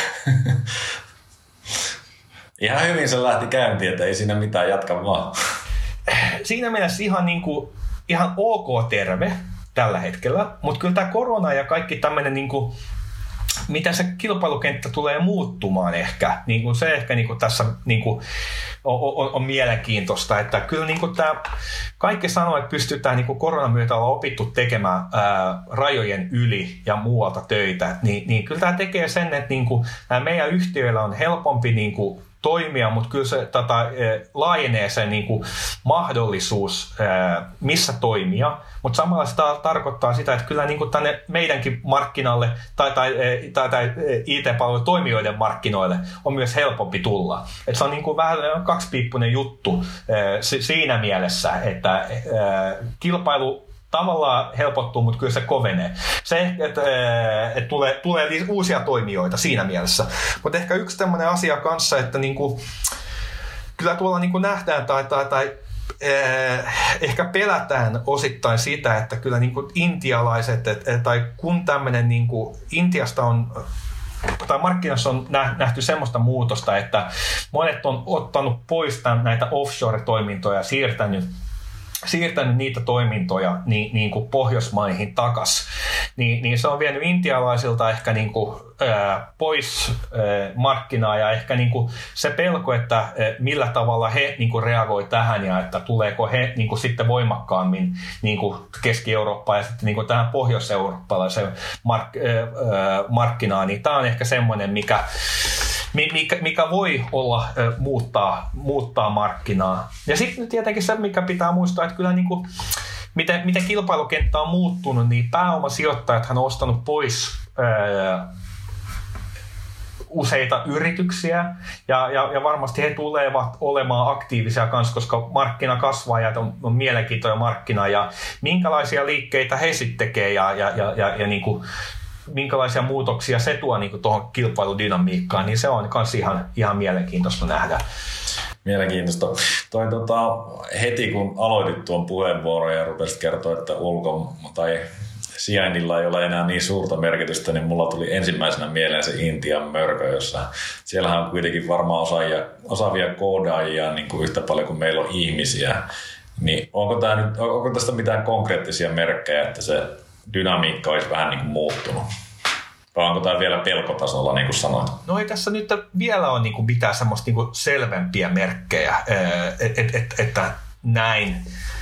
Speaker 1: Ihan hyvin se lähti käyntiin, että ei siinä mitään, jatka vaan.
Speaker 2: Siinä mielessä ihan ok terve tällä hetkellä, mutta kyllä tämä korona ja kaikki tämmöinen, mitä se kilpailukenttä tulee muuttumaan ehkä, se ehkä tässä on mielenkiintoista, että kyllä tämä kaikki sanoo, että pystytään koronan myötä olla opittu tekemään rajojen yli ja muualta töitä, niin kyllä tämä tekee sen, että meidän yhtiöillä on helpompi toimia, mutta kyllä se laajenee se mahdollisuus, missä toimia, mutta samalla se tarkoittaa sitä, että kyllä tänne meidänkin markkinalle tai IT-palvelutoimijoiden markkinoille on myös helpompi tulla. Et se on vähän kaksipiippunen juttu siinä mielessä, että kilpailu tavallaan helpottuu, mutta kyllä se kovenee. Se, että tulee uusia toimijoita siinä mielessä. Mutta ehkä yksi tämmöinen asia kanssa, että niinku, kyllä tuolla niinku nähdään tai ehkä pelätään osittain sitä, että kyllä niinku intialaiset, tai kun tämmöinen niinku, Intiasta on tai markkinassa on nähty semmoista muutosta, että monet on ottanut pois näitä offshore-toimintoja ja siirtänyt niitä toimintoja niin kuin Pohjoismaihin takas, niin se on vienyt intialaisilta ehkä niin kuin, pois markkinaa ja ehkä niin kuin se pelko, että millä tavalla he niin kuin reagoi tähän ja että tuleeko he niin kuin sitten voimakkaammin niin kuin Keski-Eurooppaan ja sitten niin kuin tähän pohjois-eurooppalaiseen markkinaan, niin tämä on ehkä semmoinen, mikä voi olla muuttaa markkinaa. Ja sitten tietenkin se, mikä pitää muistaa, että kyllä niin kuin, miten kilpailukenttä on muuttunut, niin pääomasijoittajathan on ostanut pois useita yrityksiä ja varmasti he tulevat olemaan aktiivisia kanssa, koska markkina kasvaa ja on mielenkiintoinen markkina ja minkälaisia liikkeitä he sitten tekee ja niin kuin, minkälaisia muutoksia se tuo niin kuin tuohon kilpailudynamiikkaan, niin se on myös ihan mielenkiintoista nähdä.
Speaker 1: Mielenkiintoista. Heti kun aloitit tuon puheenvuoron ja rupesit kertoa, että tai sijainnilla ei ole enää niin suurta merkitystä, niin mulla tuli ensimmäisenä mieleen se Intian mörkö, jossa siellähän on kuitenkin varmaan osaavia koodaajia niin kuin yhtä paljon kuin meillä on ihmisiä. Niin onko tästä mitään konkreettisia merkkejä, että se dynamiikka olisi vähän niin kuin muuttunut? Vai onko tämä vielä pelkotasolla, niin kuin sanoit?
Speaker 2: No ei tässä nyt vielä ole niin kuin mitään semmoista niin kuin selvempiä merkkejä, että näin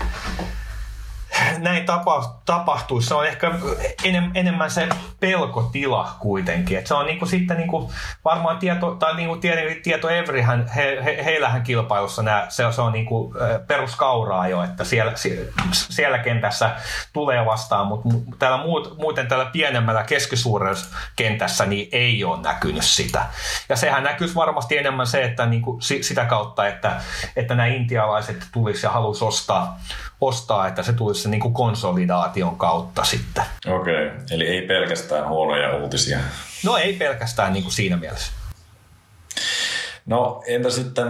Speaker 2: tapahtuisi. Se on ehkä enemmän se pelkotila kuitenkin. Et se on niinku sitten niinku varmaan tieto Evrihän, heillähän kilpailussa se on niinku peruskauraa jo, että siellä kentässä tulee vastaan, mutta muuten tällä pienemmällä keskisuurella kentässä niin ei ole näkynyt sitä. Ja sehän näkyisi varmasti enemmän se, että niinku sitä kautta, että nämä intialaiset tulisi ja halusi ostaa, että se tulisi se niin kuin konsolidaation kautta sitten.
Speaker 1: Okei, eli ei pelkästään huonoja uutisia.
Speaker 2: No ei pelkästään niin kuin siinä mielessä.
Speaker 1: No entä sitten,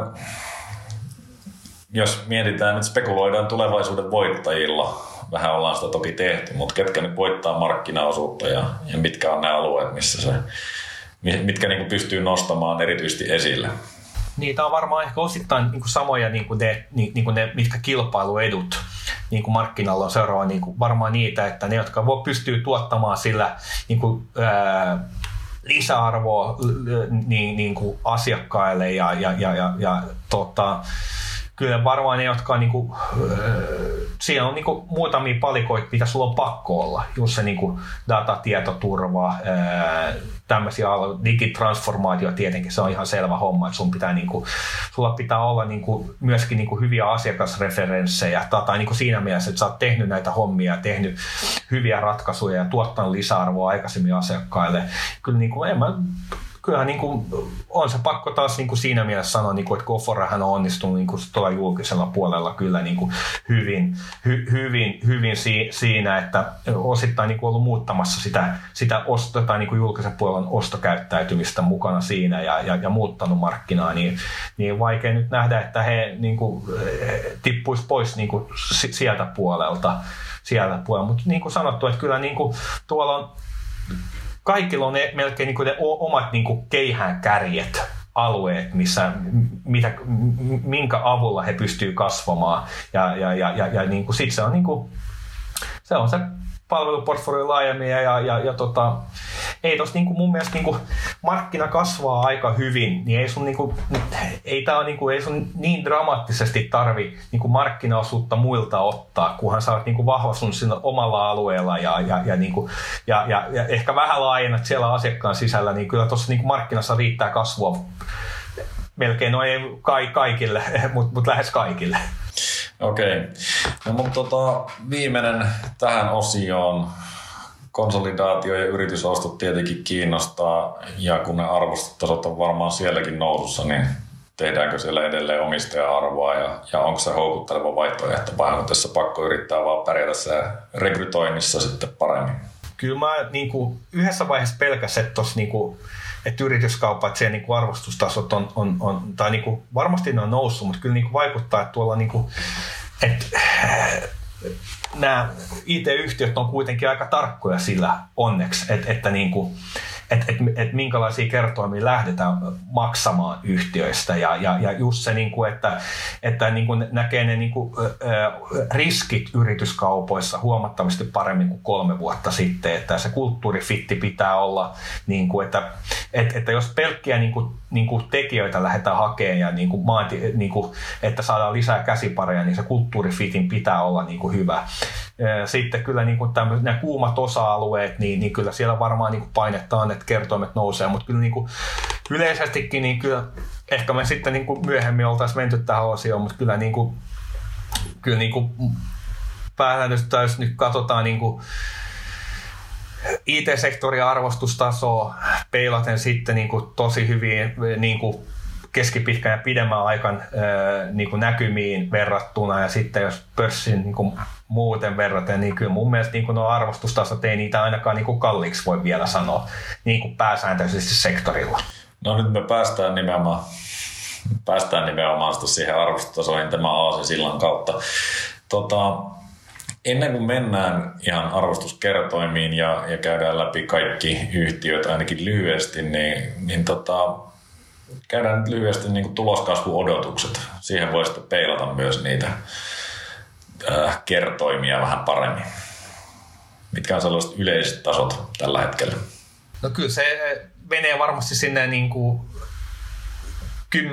Speaker 1: jos mietitään, että spekuloidaan tulevaisuuden voittajilla, vähän ollaan sitä toki tehty, mutta ketkä nyt voittaa markkinaosuutta ja mitkä on nämä alueet, mitkä niin kuin pystyy nostamaan erityisesti esille?
Speaker 2: Niitä on varmaan ehkä osittain niin kuin samoja niin kuin ne, mitkä kilpailuedut niin kuin markkinalla on seuraava, niin kuin varmaan niitä, että ne, jotka pystyy tuottamaan sillä niin kuin, lisäarvoa niin kuin asiakkaille ja kyllä varmaan ne, jotka on niinku, siinä on niinku muutamia palikoita, mitä sulla on pakko olla. Just se niinku datatietoturva, tämmöisiä digitransformaatio tietenkin, se on ihan selvä homma, että sulla pitää olla niinku, myöskin niinku hyviä asiakasreferenssejä tai niinku siinä mielessä, että sä oot tehnyt näitä hommia, tehnyt hyviä ratkaisuja ja tuottanut lisäarvoa aikaisemmin asiakkaille. Kyllä niinku, kyllähän niin kuin, on se pakko taas niin kuin siinä mielessä sanoa, niin kuin, että Goforahan on onnistunut niin kuin tuolla julkisella puolella kyllä niin kuin hyvin siinä, että osittain niin kuin ollut muuttamassa sitä niin kuin julkisen puolen ostokäyttäytymistä mukana siinä ja muuttanut markkinaa, niin vaikea nyt nähdä, että he niin kuin, tippuisi pois niin kuin sieltä puolelta. Mutta niin kuin sanottu, että kyllä niin kuin, tuolla on kaikilla on melkein niin kuin ne omat niin kuin keihäänkärjet, alueet, minkä avulla he pystyvät kasvamaan. Ja niin kuin, sit se on se palveluportfolio laajemmin ei tos niin kuin mun mielestä niin kuin markkina kasvaa aika hyvin, niin ei sun niin dramaattisesti tarvi niin kuin markkinaosuutta muilta ottaa, kunhan sä oot niin kuin vahva sun siinä omalla alueella ja ehkä vähän laajennat siellä asiakkaan sisällä, niin kyllä tuossa niin kuin markkinassa riittää kasvua melkein, no ei kaikille, mutta lähes kaikille.
Speaker 1: Okei. No, mutta viimeinen tähän osioon. Konsolidaatio ja yritysostot tietenkin kiinnostaa, ja kun ne arvostustasot on varmaan sielläkin nousussa, niin tehdäänkö siellä edelleen omistaja-arvoa ja onko se houkutteleva vaihtoehto vai on tässä pakko yrittää vaan pärjätä se rekrytoinnissa sitten paremmin?
Speaker 2: Kyllä mä yhdessä vaiheessa pelkäsin, että että yrityskaupat, siellä arvostustasot on tai varmasti ne on noussut, mutta kyllä vaikuttaa, että tuolla että nämä IT-yhtiöt on kuitenkin aika tarkkoja sillä onneksi, että minkälaisia kertoimia lähdetään maksamaan yhtiöistä ja just se, että näkee ne riskit yrityskaupoissa huomattavasti paremmin kuin 3 vuotta sitten, että se kulttuurifitti pitää olla, että jos pelkkiä tekijöitä lähdetään hakemaan ja että saadaan lisää käsipareja, niin se kulttuurifitin pitää olla hyvä. Sitten kyllä nämä kuumat osa-alueet, niin kyllä siellä varmaan painetta on, että kertoimet nousee, mutta kyllä yleisestikin niin kyllä ehkä me sitten myöhemmin oltaisiin menty tähän osioon, mutta kyllä pääsäännöstä, jos nyt katsotaan IT-sektorin arvostustasoa peilaten sitten tosi hyvin keskipitkän ja pidemmän aikan näkymiin verrattuna ja sitten jos pörssin muuten verraten, niin kyllä mun mielestä nuo arvostustasot ei niitä ainakaan kalliiksi voi vielä sanoa pääsääntöisesti sektorilla.
Speaker 1: No nyt me päästään nimenomaan siihen arvostustasoihin tämän aasisillan kautta. Ennen kuin mennään ihan arvostuskertoimiin ja käydään läpi kaikki yhtiöt ainakin lyhyesti, niin käydään nyt lyhyesti tuloskasvuodotukset. Siihen voi sitten peilata myös niitä kertoimia vähän paremmin. Mitkä on sellaiset yleiset tasot tällä hetkellä?
Speaker 2: No kyllä se menee varmasti sinne 10-15%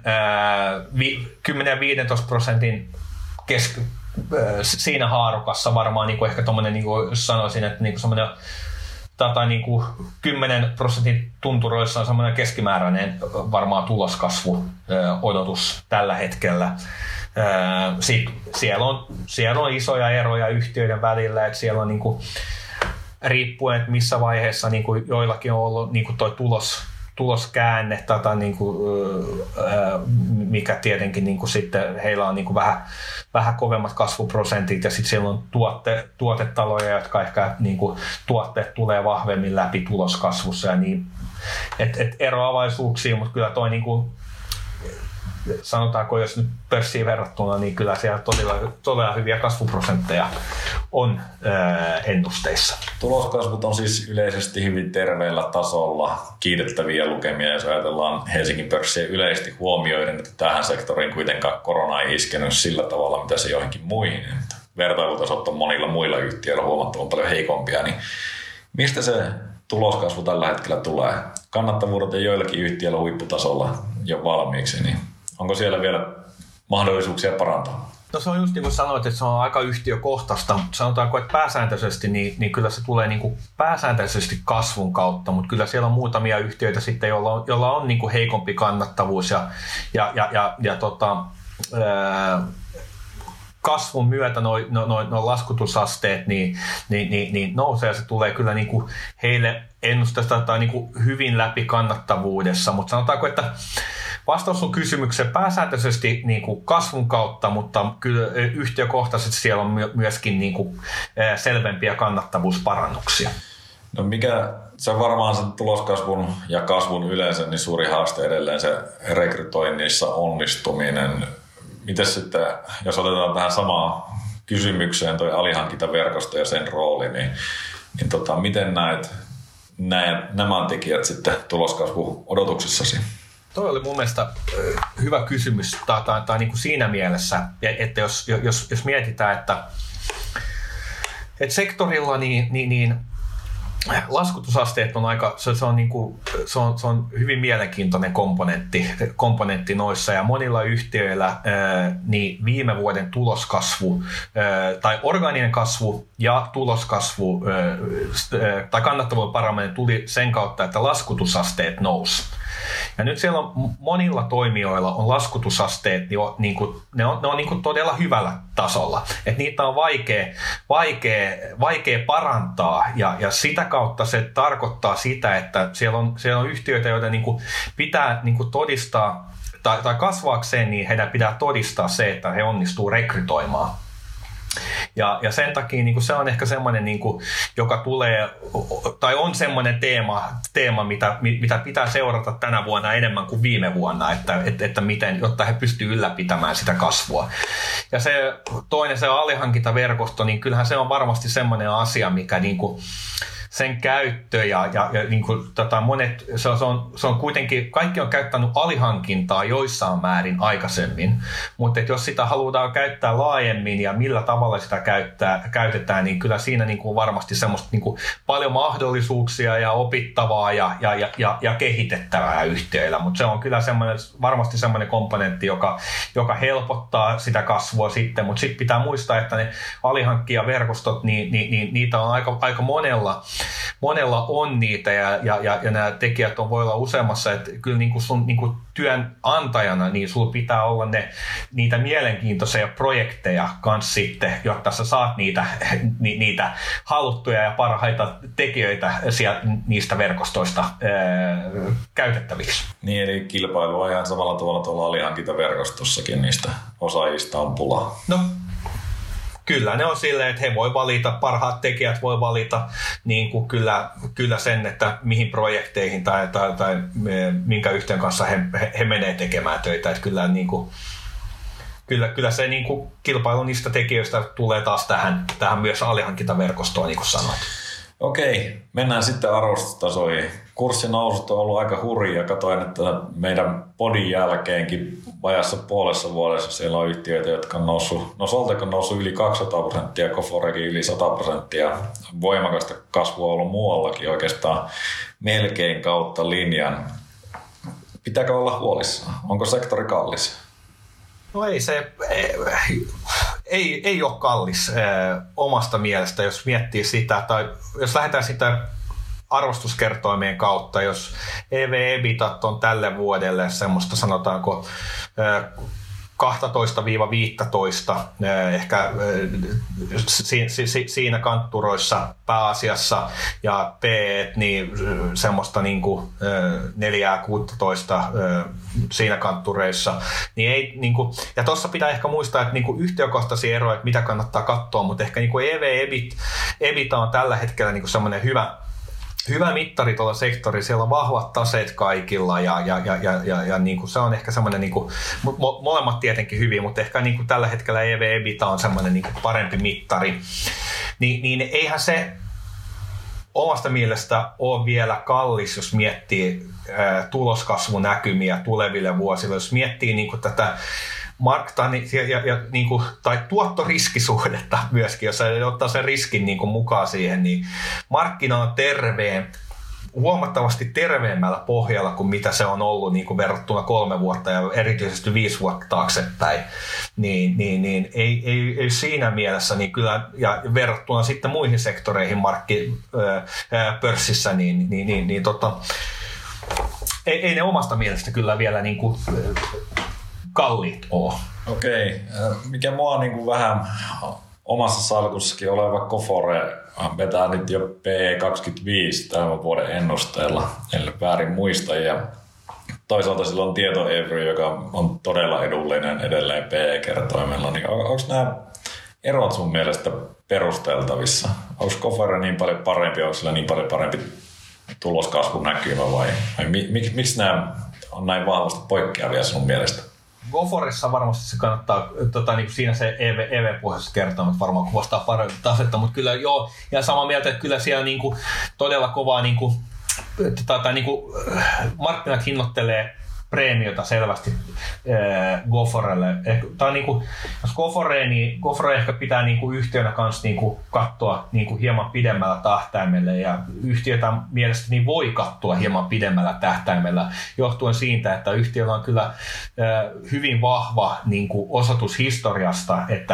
Speaker 2: siinä haarukassa varmaan ehkä tommonen, jos sanoisin, että semmoinen 10% tunturoissa on semmoinen keskimääräinen varmaan tuloskasvuodotus tällä hetkellä. Sitten siellä on isoja eroja yhtiöiden välillä, että siellä on riippuen, että missä vaiheessa joillakin on ollut toi tuloskäänne, mikä tietenkin sitten heillä on vähän kovemmat kasvuprosentit ja sitten siellä on tuotetaloja, jotka ehkä tuotteet tulee vahvemmin läpi tuloskasvussa ja niin, et eroavaisuuksia, mutta kyllä toi sanotaanko, jos nyt pörssiin verrattuna, niin kyllä siellä todella hyviä kasvuprosentteja on ennusteissa.
Speaker 1: Tuloskasvut on siis yleisesti hyvin terveellä tasolla, kiitettäviä lukemia, jos ajatellaan Helsingin pörssiä yleisesti huomioiden, että tähän sektoriin kuitenkaan korona ei iskenyt sillä tavalla, mitä se joihinkin muihin. Vertailutasot on monilla muilla yhtiöillä huomattavan paljon heikompia, niin mistä se tuloskasvu tällä hetkellä tulee? Kannattavuudet ja joillakin yhtiöillä huipputasolla jo valmiiksi, niin onko siellä vielä mahdollisuuksia parantaa?
Speaker 2: No se on just niin kuin sanoit, että se on aika yhtiökohtaista, mutta sanotaanko, että pääsääntöisesti niin kyllä se tulee pääsääntöisesti kasvun kautta, mutta kyllä siellä on muutamia yhtiöitä sitten, joilla on heikompi kannattavuus kasvun myötä nuo laskutusasteet niin nousee ja se tulee kyllä heille ennustesta tai hyvin läpi kannattavuudessa, mutta sanotaanko, että vastaus on kysymykseen pääsääntöisesti kasvun kautta, mutta kyllä yhtiökohtaisesti siellä on myöskin selvempiä kannattavuusparannuksia.
Speaker 1: No se on varmaan sen tuloskasvun ja kasvun yleensä niin suuri haaste edelleen se rekrytoinnissa onnistuminen. Mites sitten, jos otetaan tähän samaan kysymykseen toi alihankintaverkosto ja sen rooli, niin miten näet nämä tekijät sitten tuloskasvuodotuksissasi?
Speaker 2: Toi oli mun mielestä hyvä kysymys tai siinä mielessä, että jos mietitään, että sektorilla niin laskutusasteet on aika, se on hyvin mielenkiintoinen komponentti noissa ja monilla yhtiöillä niin viime vuoden tuloskasvu tai orgaaninen kasvu ja tuloskasvu tai kannattavuuden paraneminen tuli sen kautta, että laskutusasteet nousi. Ja nyt siellä on monilla toimijoilla on laskutusasteet jo ne on todella hyvällä tasolla. Et niitä on vaikea parantaa ja sitä kautta se tarkoittaa sitä, että siellä on yhtiöitä, joita pitää todistaa tai kasvaakseen, niin heidän pitää todistaa se, että he onnistuu rekrytoimaan. Ja sen takia niin kuin se on ehkä semmoinen, niin kuin, joka tulee, tai on semmoinen teema mitä pitää seurata tänä vuonna enemmän kuin viime vuonna, että miten, jotta he pystyvät ylläpitämään sitä kasvua. Ja se toinen, se alihankintaverkosto, niin kyllähän se on varmasti semmoinen asia, mikä niin kuin, sen käyttö ja niin kuin, monet, se on kuitenkin, kaikki on käyttänyt alihankintaa joissain määrin aikaisemmin, mutta jos sitä halutaan käyttää laajemmin ja millä tavalla sitä käytetään, niin kyllä siinä niin kuin varmasti semmoista niin kuin paljon mahdollisuuksia ja opittavaa ja kehitettävää yhtiöillä, mutta se on kyllä varmasti semmoinen komponentti, joka helpottaa sitä kasvua sitten, mutta sitten pitää muistaa, että ne alihankkijaverkostot, niin niitä on aika monella on niitä ja nämä tekijät voi olla useammassa, että kyllä niin kuin sun niin kuin työnantajana niin sulla pitää olla niitä mielenkiintoisia projekteja kanssa sitten, jotta sä saat niitä haluttuja ja parhaita tekijöitä niistä verkostoista käytettäviksi.
Speaker 1: Niin, eli kilpailu on ihan samalla tavalla tuolla alihankintaverkostossakin, niistä osaajista on pula.
Speaker 2: No. Kyllä ne on silleen, että he voi valita, parhaat tekijät voi valita niin kuin kyllä sen, että mihin projekteihin tai minkä yhtiön kanssa he menee tekemään töitä. Että kyllä, niin kuin, kyllä se niin kuin kilpailu niistä tekijöistä tulee taas tähän myös alihankintaverkostoon, niin kuin sanoit.
Speaker 1: Okei, mennään sitten arvostustasoihin. Kurssinousut on ollut aika hurjia. Katoin, että meidän podin jälkeenkin vajassa puolessa vuodessa siellä on yhtiöitä, jotka on noussut, Soltec on noussut yli 200%, Coforekin yli 100%. Voimakasta kasvua on ollut muuallakin oikeastaan melkein kautta linjan. Pitääkö olla huolissaan? Onko sektori kallis?
Speaker 2: No ei ole kallis omasta mielestä, jos miettii sitä, tai jos lähdetään sitä arvostuskertoimien kautta, jos EV/EBITat on tälle vuodelle semmoista sanotaanko 12-15, ehkä siinä kantturoissa pääasiassa, ja PE niin semmoista niin kuin 4-16 siinä kanttureissa. Niin ei, niin kuin, ja tuossa pitää ehkä muistaa, että niin kuin yhtiökohtaisia eroja, että mitä kannattaa katsoa, mutta ehkä niin kuin EV/EBITDA on tällä hetkellä niin kuin semmoinen hyvä mittari tuolla sektorilla, siellä on vahvat taseet kaikilla ja niin kuin se on ehkä semmoinen, niin kuin, molemmat tietenkin hyviä, mutta ehkä niin kuin tällä hetkellä EV/EBITDA on semmoinen niin kuin parempi mittari. Niin eihän se omasta mielestä ole vielä kallis, jos miettii tuloskasvunäkymiä tuleville vuosille, jos miettii niin kuin tätä niin kuin, tai tuottoriskisuhdetta myöskin, jos ottaa sen riskin niin kuin mukaan siihen, niin markkina on huomattavasti terveemmällä pohjalla kuin mitä se on ollut niin kuin verrattuna 3 vuotta ja erityisesti 5 vuotta taaksepäin. Niin ei siinä mielessä, niin kyllä, ja verrattuna sitten muihin sektoreihin pörssissä, ei ne omasta mielestä kyllä vielä niin kuin kalliit ole.
Speaker 1: Okei. Mikä mua on niin kuin vähän omassa salkussakin oleva Cofore vetää nyt jo P25 tämän vuoden ennusteella, ellei väärin muista. Ja toisaalta sillä on Tietoevry, joka on todella edullinen edelleen PE-kertoimella. Niin onko nämä erot sun mielestä perusteltavissa? Onko Cofore niin paljon parempi, onko sillä niin paljon parempi tuloskasvun näkymä vai miksi nämä on näin vahvasti poikkeavia sun mielestä?
Speaker 2: Goforessa varmasti se kannattaa, niin siinä se EV-puheessa kertoo, että varmaan kuvastaa paremmin tasetta, mutta kyllä joo, ja samaa mieltä, että kyllä siellä niin kuin, todella kovaa niin kuin, niin kuin, markkinat hinnoittelee preemiota selvästi Goforelle. Tai niin kuin, jos Gofore ehkä pitää niin kuin yhtiönä kanssa niin kuin katsoa niin kuin hieman pidemmällä tähtäimellä, ja yhtiötä mielestäni voi katsoa hieman pidemmällä tähtäimellä johtuen siitä, että yhtiöllä on kyllä hyvin vahva niin kuin osoitus historiasta,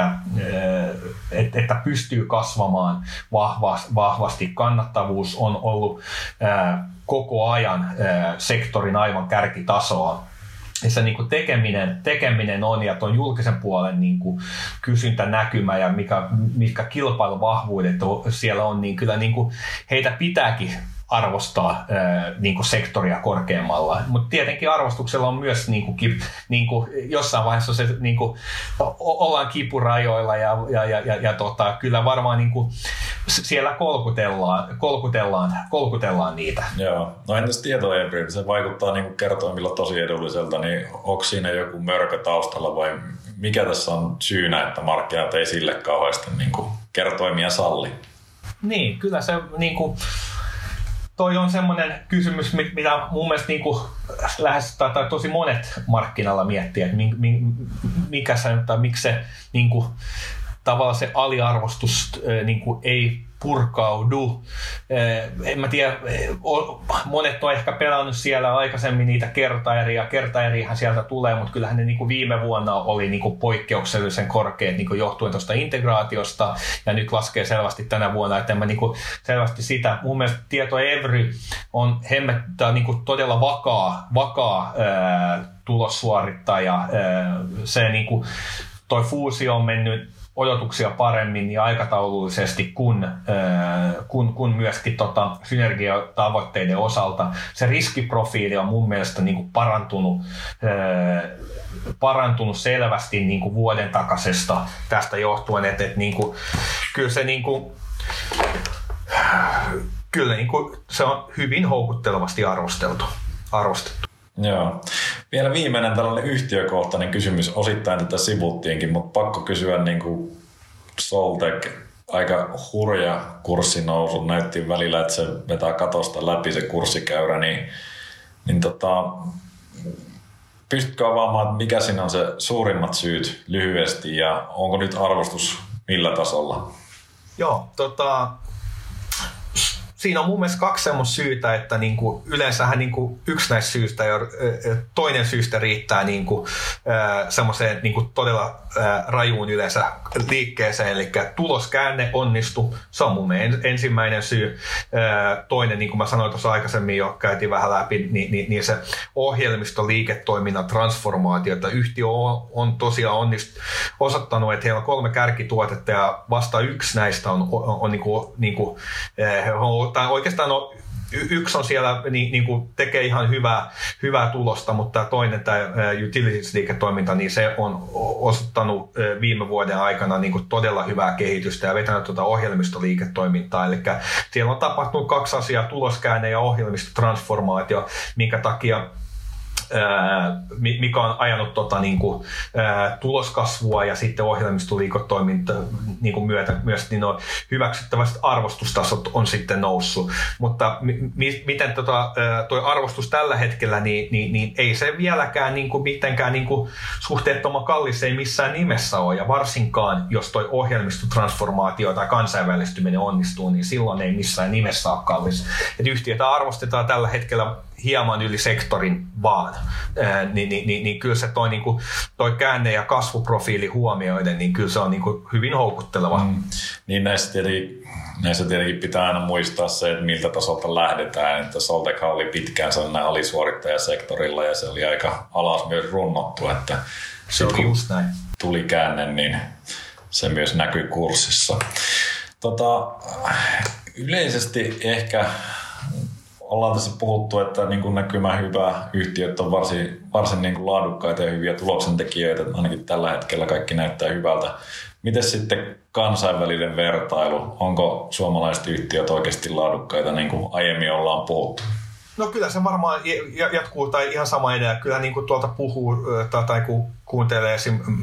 Speaker 2: että pystyy kasvamaan vahvasti. Kannattavuus on ollut koko ajan sektorin aivan kärkitasoa. Ja se niin kuin tekeminen on, ja tuon julkisen puolen niin kuin kysyntänäkymä ja mitkä kilpailuvahvuudet siellä on, niin kyllä niin kuin heitä pitääkin arvostaa niin kuin sektoria korkeammalla. Mutta tietenkin arvostuksella on myös niin kuin jossain vaiheessa se niin kuin, ollaan kipurajoilla ja kyllä varmaan niin kuin, siellä kolkutellaan niitä.
Speaker 1: Joo. No entäs tietoevry, se vaikuttaa niin kuin kertoimilla tosi edulliselta, niin onko siinä joku mörkö taustalla vai mikä tässä on syynä, että markkinat ei sille kauheasti niin kuin kertoimia salli?
Speaker 2: Niin, kyllä se niin kuin, toi on semmoinen kysymys, mitä mun mielestä niin kuin, lähes tai tosi monet markkinalla miettii, että mikä se, tai miksi se niin kuin, tavallaan se aliarvostus niin kuin, ei purkaudu. En mä tiedä, monet on ehkä pelannut siellä aikaisemmin niitä kertaeriä. Kertaerihän sieltä tulee, mutta kyllähän ne niin kuin viime vuonna oli niin kuin poikkeuksellisen korkeat niin kuin johtuen tuosta integraatiosta, ja nyt laskee selvästi tänä vuonna, että en mä niin kuin selvästi sitä. Mun mielestä tietoevry on niin kuin todella vakaa tulossuorittaja. Se niin kuin, toi fuusio on mennyt odotuksia paremmin ja aikataulullisesti kun myöskin synergiatavoitteiden osalta. Se riskiprofiili on mun mielestä niin kuin parantunut selvästi niin kuin vuoden takaisesta tästä johtuen, että niin kuin, kyllä se niin kuin, se on hyvin houkuttelevasti arvostettu.
Speaker 1: Joo. Vielä viimeinen tällainen yhtiökohtainen kysymys. Osittain tätä sivuttiinkin, mutta pakko kysyä niin kuin Solteq, aika hurja kurssinousu. Näytti välillä, että se vetää katosta läpi se kurssikäyrä. Pystytkö avaamaan, että mikä siinä on se suurimmat syyt lyhyesti ja onko nyt arvostus millä tasolla?
Speaker 2: Joo, siinä on mun mielestä kaksi semmoista syytä, että niinku yleensähän niinku yksi näistä syistä ja toinen syystä riittää niinku, semmoiseen niinku todella rajuun yleensä liikkeeseen, eli tuloskäänne onnistu, se on mun mielestä ensimmäinen syy. Toinen, niin kuin mä sanoin tuossa aikaisemmin jo, käytiin vähän läpi, niin se ohjelmistoliiketoiminnan transformaatiota. Yhtiö on tosiaan osoittanut, että heillä on 3 kärkituotetta ja vasta yksi näistä tai oikeastaan yksi on siellä, niin kuin tekee ihan hyvää tulosta, mutta toinen, tämä utilities-liiketoiminta, niin se on osoittanut viime vuoden aikana niin kuin todella hyvää kehitystä ja vetänyt tuota ohjelmistoliiketoimintaa. Eli siellä on tapahtunut 2 asiaa, tuloskäänne ja ohjelmistotransformaatio, minkä takia mikä on ajanut tuloskasvua ja sitten ohjelmistoliiketoiminta myötä myös niin hyväksyttävästi arvostustasot on sitten noussut. Miten tuo arvostus tällä hetkellä, niin ei se vieläkään mitenkään suhteettoman kallis ei missään nimessä ole, ja varsinkaan jos tuo ohjelmistotransformaatio tai kansainvälistyminen onnistuu, niin silloin ei missään nimessä ole kallis. Et yhtiötä arvostetaan tällä hetkellä hieman yli sektorin vaan, niin kyllä se toi käänne ja kasvuprofiili huomioiden, niin kyllä se on hyvin houkutteleva.
Speaker 1: Niin näissä tietenkin pitää aina muistaa se, että miltä tasolta lähdetään, että Solteq oli pitkään sellainen alisuorittajasektorilla ja se oli aika alas myös runnottu, että
Speaker 2: se oli just näin.
Speaker 1: Tuli käänne, niin se myös näkyy kurssissa. Yleisesti ehkä ollaan tässä puhuttu, että niin kuin näkymä hyvä, yhtiöt on varsin niin kuin laadukkaita ja hyviä tuloksentekijöitä, ainakin tällä hetkellä kaikki näyttää hyvältä. Miten sitten kansainvälinen vertailu? Onko suomalaiset yhtiöt oikeasti laadukkaita, niin kuin aiemmin ollaan puhuttu?
Speaker 2: No kyllä se varmaan jatkuu, tai ihan sama idea. Kyllä niin kuin tuolta puhuu tai kun kuuntelee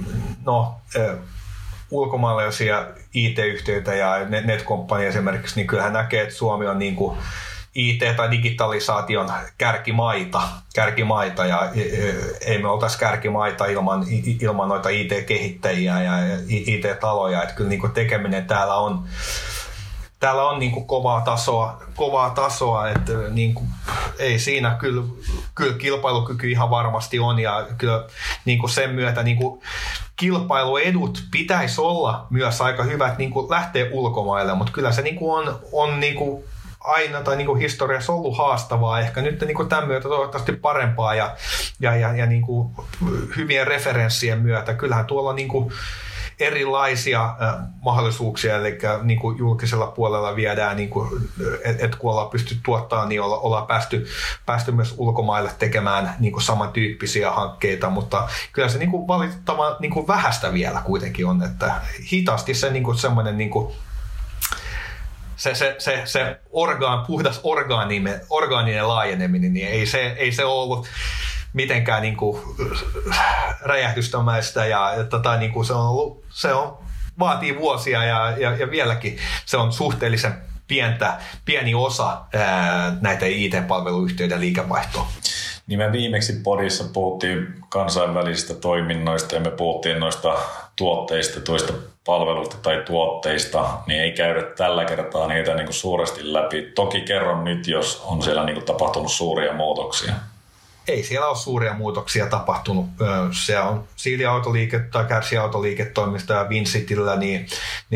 Speaker 2: ulkomaalaisia IT-yhtiöitä ja Netcompany esimerkiksi, niin kyllähän näkee, että Suomi on niin kuin IT- tai digitalisaation kärkimaita ja ei me oltaisi kärkimaita ilman noita IT-kehittäjiä ja IT-taloja, että kyllä niin kuin tekeminen täällä on niin kuin kovaa tasoa, että niin kuin, ei siinä kyllä kilpailukyky ihan varmasti on, ja kyllä niin kuin sen myötä niin kuin kilpailuedut pitäisi olla myös aika hyvät niin kuin lähteä ulkomaille, mutta kyllä se niin kuin on niin kuin aina tai niin kuin historiassa ollut haastavaa, ehkä nyt niin kuin tämän myötä toivottavasti parempaa ja niin kuin hyvien referenssien myötä. Kyllähän tuolla niin kuin erilaisia mahdollisuuksia, eli niin kuin julkisella puolella viedään, niin että kun ollaan pystytty tuottamaan, niin ollaan päästy myös ulkomaille tekemään niin kuin samantyyppisiä hankkeita, mutta kyllä se niin kuin valitettavan niin kuin vähäistä vielä kuitenkin on, että hitaasti se niin kuin semmoinen niin kuin se puhdas orgaaninen laajeneminen, niin ei se ollut mitenkään niin kuin räjähdystämäistä ja niin kuin se vaatii vuosia ja vieläkin se on suhteellisen pieni osa näitä IT-palveluyhtiöiden liikevaihtoa.
Speaker 1: Niin me viimeksi podissa puhuttiin kansainvälisistä toiminnoista ja me puhuttiin noista tuotteistetuista palveluista tai tuotteista, niin ei käydä tällä kertaa niitä niin kuin suuresti läpi. Toki kerron nyt, jos on siellä niin kuin tapahtunut suuria muutoksia.
Speaker 2: Ei siellä ole suuria muutoksia tapahtunut. Se on Siili-autoliike tai Kärsi-autoliiketoimista ja Vincitillä, niin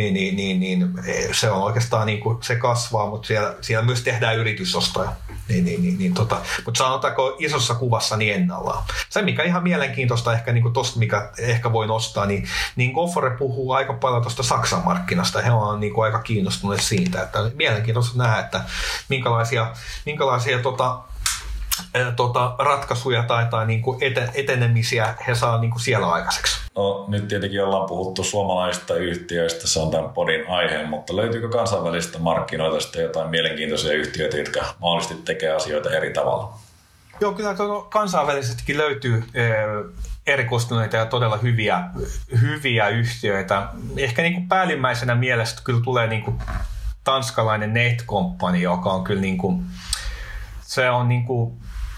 Speaker 2: se on oikeastaan niin kuin se kasvaa, mutta siellä myös tehdään yritysostoja. Mutta sanotaanko isossa kuvassa niin ennallaan. Se, mikä ihan mielenkiintoista ehkä niin kuin tosta, mikä ehkä voi nostaa, niin Gofore puhuu aika paljon tuosta Saksan markkinasta. He on niin kuin aika kiinnostuneet siitä, että mielenkiintoista nähdä, että minkälaisia ratkaisuja tai niin kuin etenemisiä he saa niin kuin siellä aikaiseksi.
Speaker 1: No, nyt tietenkin ollaan puhuttu suomalaisista yhtiöistä, se on tämän podin aihe, mutta löytyykö kansainvälisistä markkinoilta sitten jotain mielenkiintoisia yhtiöitä, jotka mahdollisesti tekee asioita eri tavalla?
Speaker 2: Joo, kyllä kansainvälisestikin löytyy erikoistuneita ja todella hyviä yhtiöitä. Ehkä niin kuin päällimmäisenä mielestä kyllä tulee niin kuin tanskalainen Netcompany, joka on kyllä niin kuin, se on niin kuin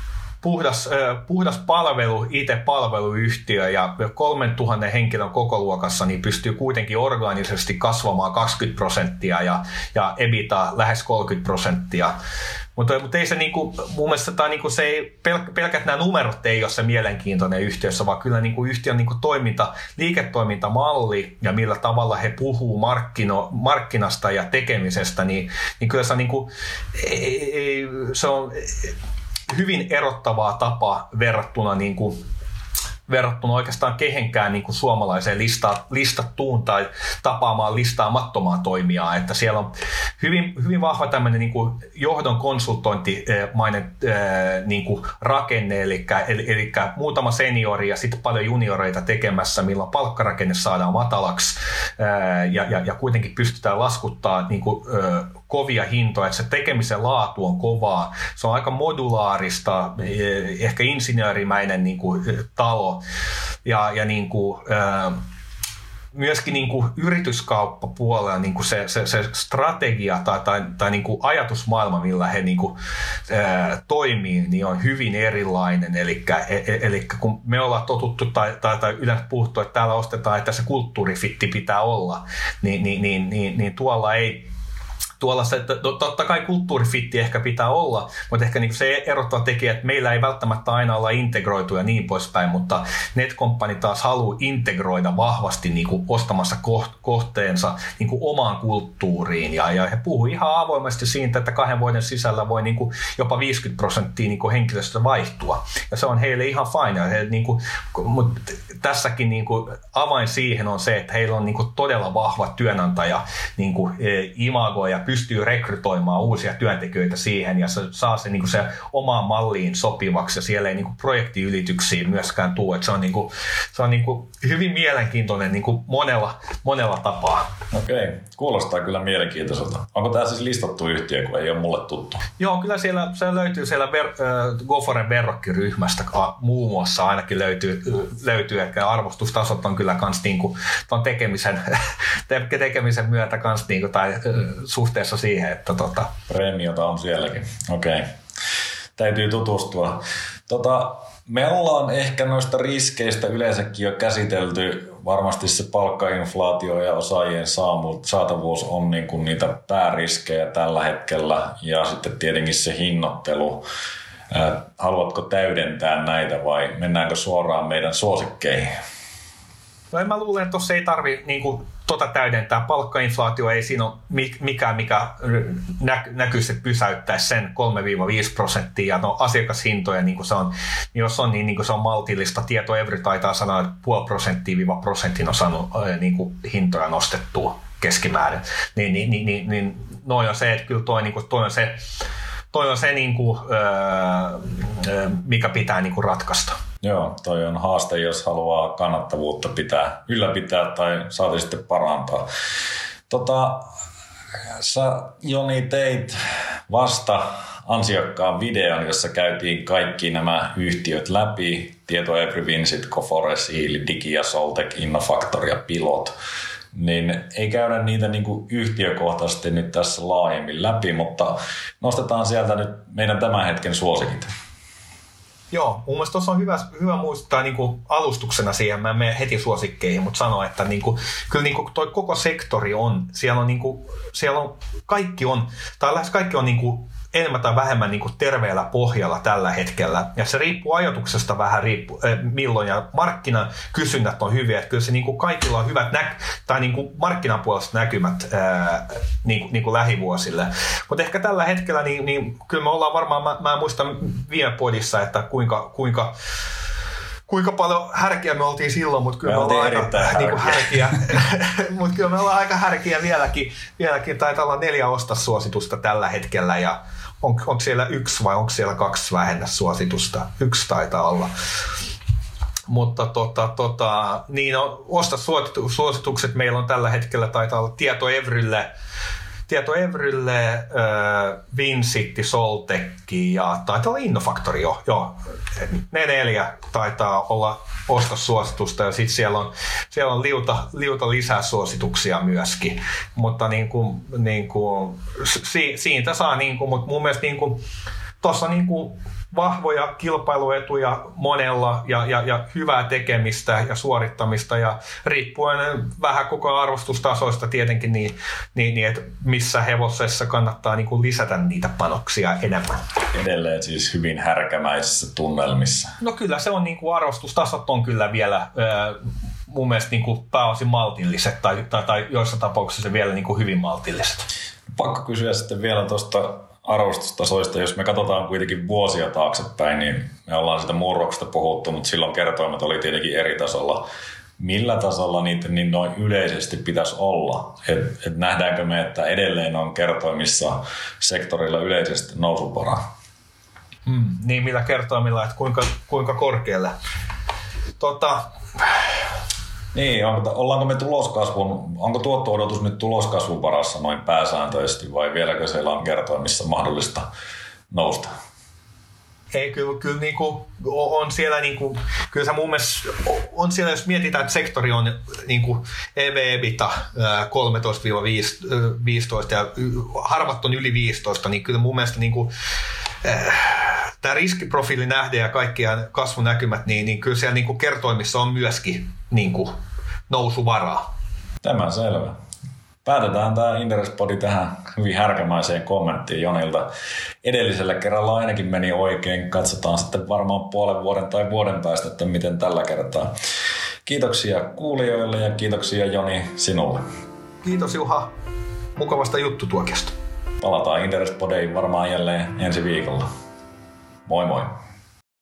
Speaker 2: puhdas palvelu, IT-palveluyhtiö ja 3000 henkilön kokoluokassa niin pystyy kuitenkin orgaanisesti kasvamaan 20% ja EBITDA lähes 30%. Mutta ei se niinku, mun mielestä tämä niinku se ei, pelkät nämä numerot ei ole se mielenkiintoinen yhtiössä, vaan kyllä niinku yhtiön niinku liiketoimintamalli ja millä tavalla he puhuu markkinasta ja tekemisestä, niin kyllä se on, niinku, se on hyvin erottavaa tapa verrattuna oikeastaan kehenkään niin kuin suomalaiseen listattuun tai tapaamaan listaamattomaan toimijaa, että siellä on hyvin vahva tämmöinen niin kuin johdon konsultointimainen niin kuin rakenne, eli muutama seniori ja sitten paljon junioreita tekemässä, milloin palkkarakenne saadaan matalaksi ja kuitenkin pystytään laskuttaa niin kuin kovia hintoja, että se tekemisen laatu on kovaa. Se on aika modulaarista, ehkä insinöörimäinen niin kuin talo. Ja niin kuin, myöskin niin kuin yrityskauppapuolella niin kuin se strategia tai niin kuin ajatusmaailma, millä he niin kuin, toimii, niin on hyvin erilainen. Eli kun me ollaan totuttu tai yleensä puhuttu, että täällä ostetaan, että se kulttuurifitti pitää olla, niin tuolla ei. Tuolla se, totta kai kulttuurifitti ehkä pitää olla, mutta ehkä niin se erottava tekijä, että meillä ei välttämättä aina olla integroitu ja niin poispäin, mutta Netcompany taas haluaa integroida vahvasti niin kuin ostamassa kohteensa niin kuin omaan kulttuuriin. Ja he puhuu ihan avoimesti siitä, että 2 vuoden sisällä voi niin kuin jopa 50% niin kuin henkilöstöstä vaihtua. Ja se on heille ihan fine. He, niin kuin, mutta tässäkin niin kuin avain siihen on se, että heillä on niin kuin todella vahva työnantaja niin kuin imago ja pystyy rekrytoimaan uusia työntekijöitä siihen ja se saa se, niin kuin se omaan malliin sopivaksi ja siellä ei niin kuin projektiylityksiä myöskään tule. Se on, niin kuin hyvin mielenkiintoinen niin kuin monella tapaa.
Speaker 1: Okei, kuulostaa kyllä mielenkiintoiselta. Onko tämä siis listattu yhtiö, kun ei ole mulle tuttu? Joo,
Speaker 2: kyllä se löytyy siellä Goforen verrokkiryhmästä muun muassa ainakin löytyy että arvostustasot on kyllä kans niin kuin ton tekemisen myötä kans niin kuin, tai suhteessa siihen, että
Speaker 1: Premiota on sielläkin. Okei. Täytyy tutustua. Me ollaan ehkä noista riskeistä yleensäkin jo käsitelty. Varmasti se palkkainflaatio ja osaajien saatavuus on niin kuin niitä pääriskejä tällä hetkellä. Ja sitten tietenkin se hinnoittelu. Haluatko täydentää näitä vai mennäänkö suoraan meidän suosikkeihin?
Speaker 2: No mä luulen, että tuossa ei tarvitse niin täydentää. Palkkainflaatio ei siinä ole mikään, mikä näkyy, se pysäyttäisi sen 3-5%. Ja no asiakashintoja, niin kuin se on, jos on, niin kuin se on maltillista. Tietoevry taitaa sanoa, että 0,5%-1% on saanut niin kuin hintoja nostettua keskimäärin. Niin noin on se, että kyllä toi on se niin kuin, mikä pitää niin kuin ratkaista.
Speaker 1: Joo, toi on haaste, jos haluaa kannattavuutta ylläpitää tai saati sitten parantaa. Sä, Joni, teit vasta ansiokkaan videon, jossa käytiin kaikki nämä yhtiöt läpi. Tietoevry, Vincit, Cofore, Siili, Digi ja Soltec, Innofactor ja Pilot. Niin ei käydä niitä niin kuin yhtiökohtaisesti nyt tässä laajemmin läpi, mutta nostetaan sieltä nyt meidän tämän hetken suosikit.
Speaker 2: Joo, mun mielestä tuossa on hyvä muistaa niin kuin alustuksena siihen, mä en mene heti suosikkeihin, mutta sanoa, että niin kuin, kyllä niin kuin toi koko sektori on, siellä on kaikki on, tai lähes kaikki on niin kuin enemmän tai vähemmän niin kuin terveellä pohjalla tällä hetkellä. Ja se riippuu ajatuksesta vähän milloin, ja markkinakysynnät on hyviä, että kyllä se niin kuin kaikilla on hyvät tai niin kuin markkinapuoliset näkymät niin kuin lähivuosille. Mutta ehkä tällä hetkellä, niin kyllä me ollaan varmaan, mä muistan viime podissa, että kuinka paljon härkiä me oltiin silloin, mutta kyllä me ollaan aika niin kuin härkiä. Mutta kyllä me ollaan aika härkiä vieläkin taitaa olla 4 ostossuositusta tällä hetkellä, ja onko siellä 1 vai onko siellä 2 vähennäsuositusta? 1 taitaa olla. Mutta niin on, ostossuositukset meillä on tällä hetkellä taitaa olla Tietoevrylle, Vincit, Soltec ja taitaa olla Innofactor jo. Ne 4 taitaa olla ostossuositusta, ja sitten siellä on liuta lisää suosituksia myöskin. Mutta siitä saa, mutta mun mielestä tuossa vahvoja kilpailuetuja monella ja hyvää tekemistä ja suorittamista, ja riippuen vähän koko arvostustasoista tietenkin, niin että missä hevosessa kannattaa lisätä niitä panoksia enemmän. Edelleen
Speaker 1: siis hyvin härkämäisissä tunnelmissa.
Speaker 2: No kyllä se on arvostustasot on kyllä vielä mun mielestä pääosin maltilliset tai joissa tapauksissa vielä hyvin maltilliset.
Speaker 1: Pakko kysyä sitten vielä tuosta arvostustasoista, jos me katsotaan kuitenkin vuosia taaksepäin, niin me ollaan sitä murroksesta puhuttu, mutta silloin kertoimet oli tietenkin eri tasolla. Millä tasolla niitä niin noin yleisesti pitäisi olla? Et nähdäänkö me, että edelleen on kertoimissa sektorilla yleisesti nousuvaraa?
Speaker 2: Niin, millä kertoimilla, että kuinka korkealle?
Speaker 1: Niin, ollaanko me onko tuotto-odotus nyt tuloskasvun varassa noin pääsääntöisesti, vai vieläkö siellä on kertoimissa mahdollista nousta?
Speaker 2: Ei, kyllä on siellä, kyllä se mun mielestä on siellä, jos mietitään, että sektori on EV/EBITDA 13-15 ja harvat on yli 15, niin kyllä mun mielestä tämä riskiprofiili nähden ja kaikkiaan kasvunäkymät, niin kyllä siellä kertoimissa on myöskin nousuvaraa.
Speaker 1: Tämä selvä. Päätetään tämä Inderes-podi tähän hyvin härkämäiseen kommenttiin Jonilta. Edellisellä kerralla ainakin meni oikein. Katsotaan sitten varmaan puolen vuoden tai vuoden päästä, että miten tällä kertaa. Kiitoksia kuulijoille ja kiitoksia Joni sinulle.
Speaker 2: Kiitos Juha. Mukavasta juttutuokiosta.
Speaker 1: Palataan Inderes-podeihin varmaan jälleen ensi viikolla. Moi moi!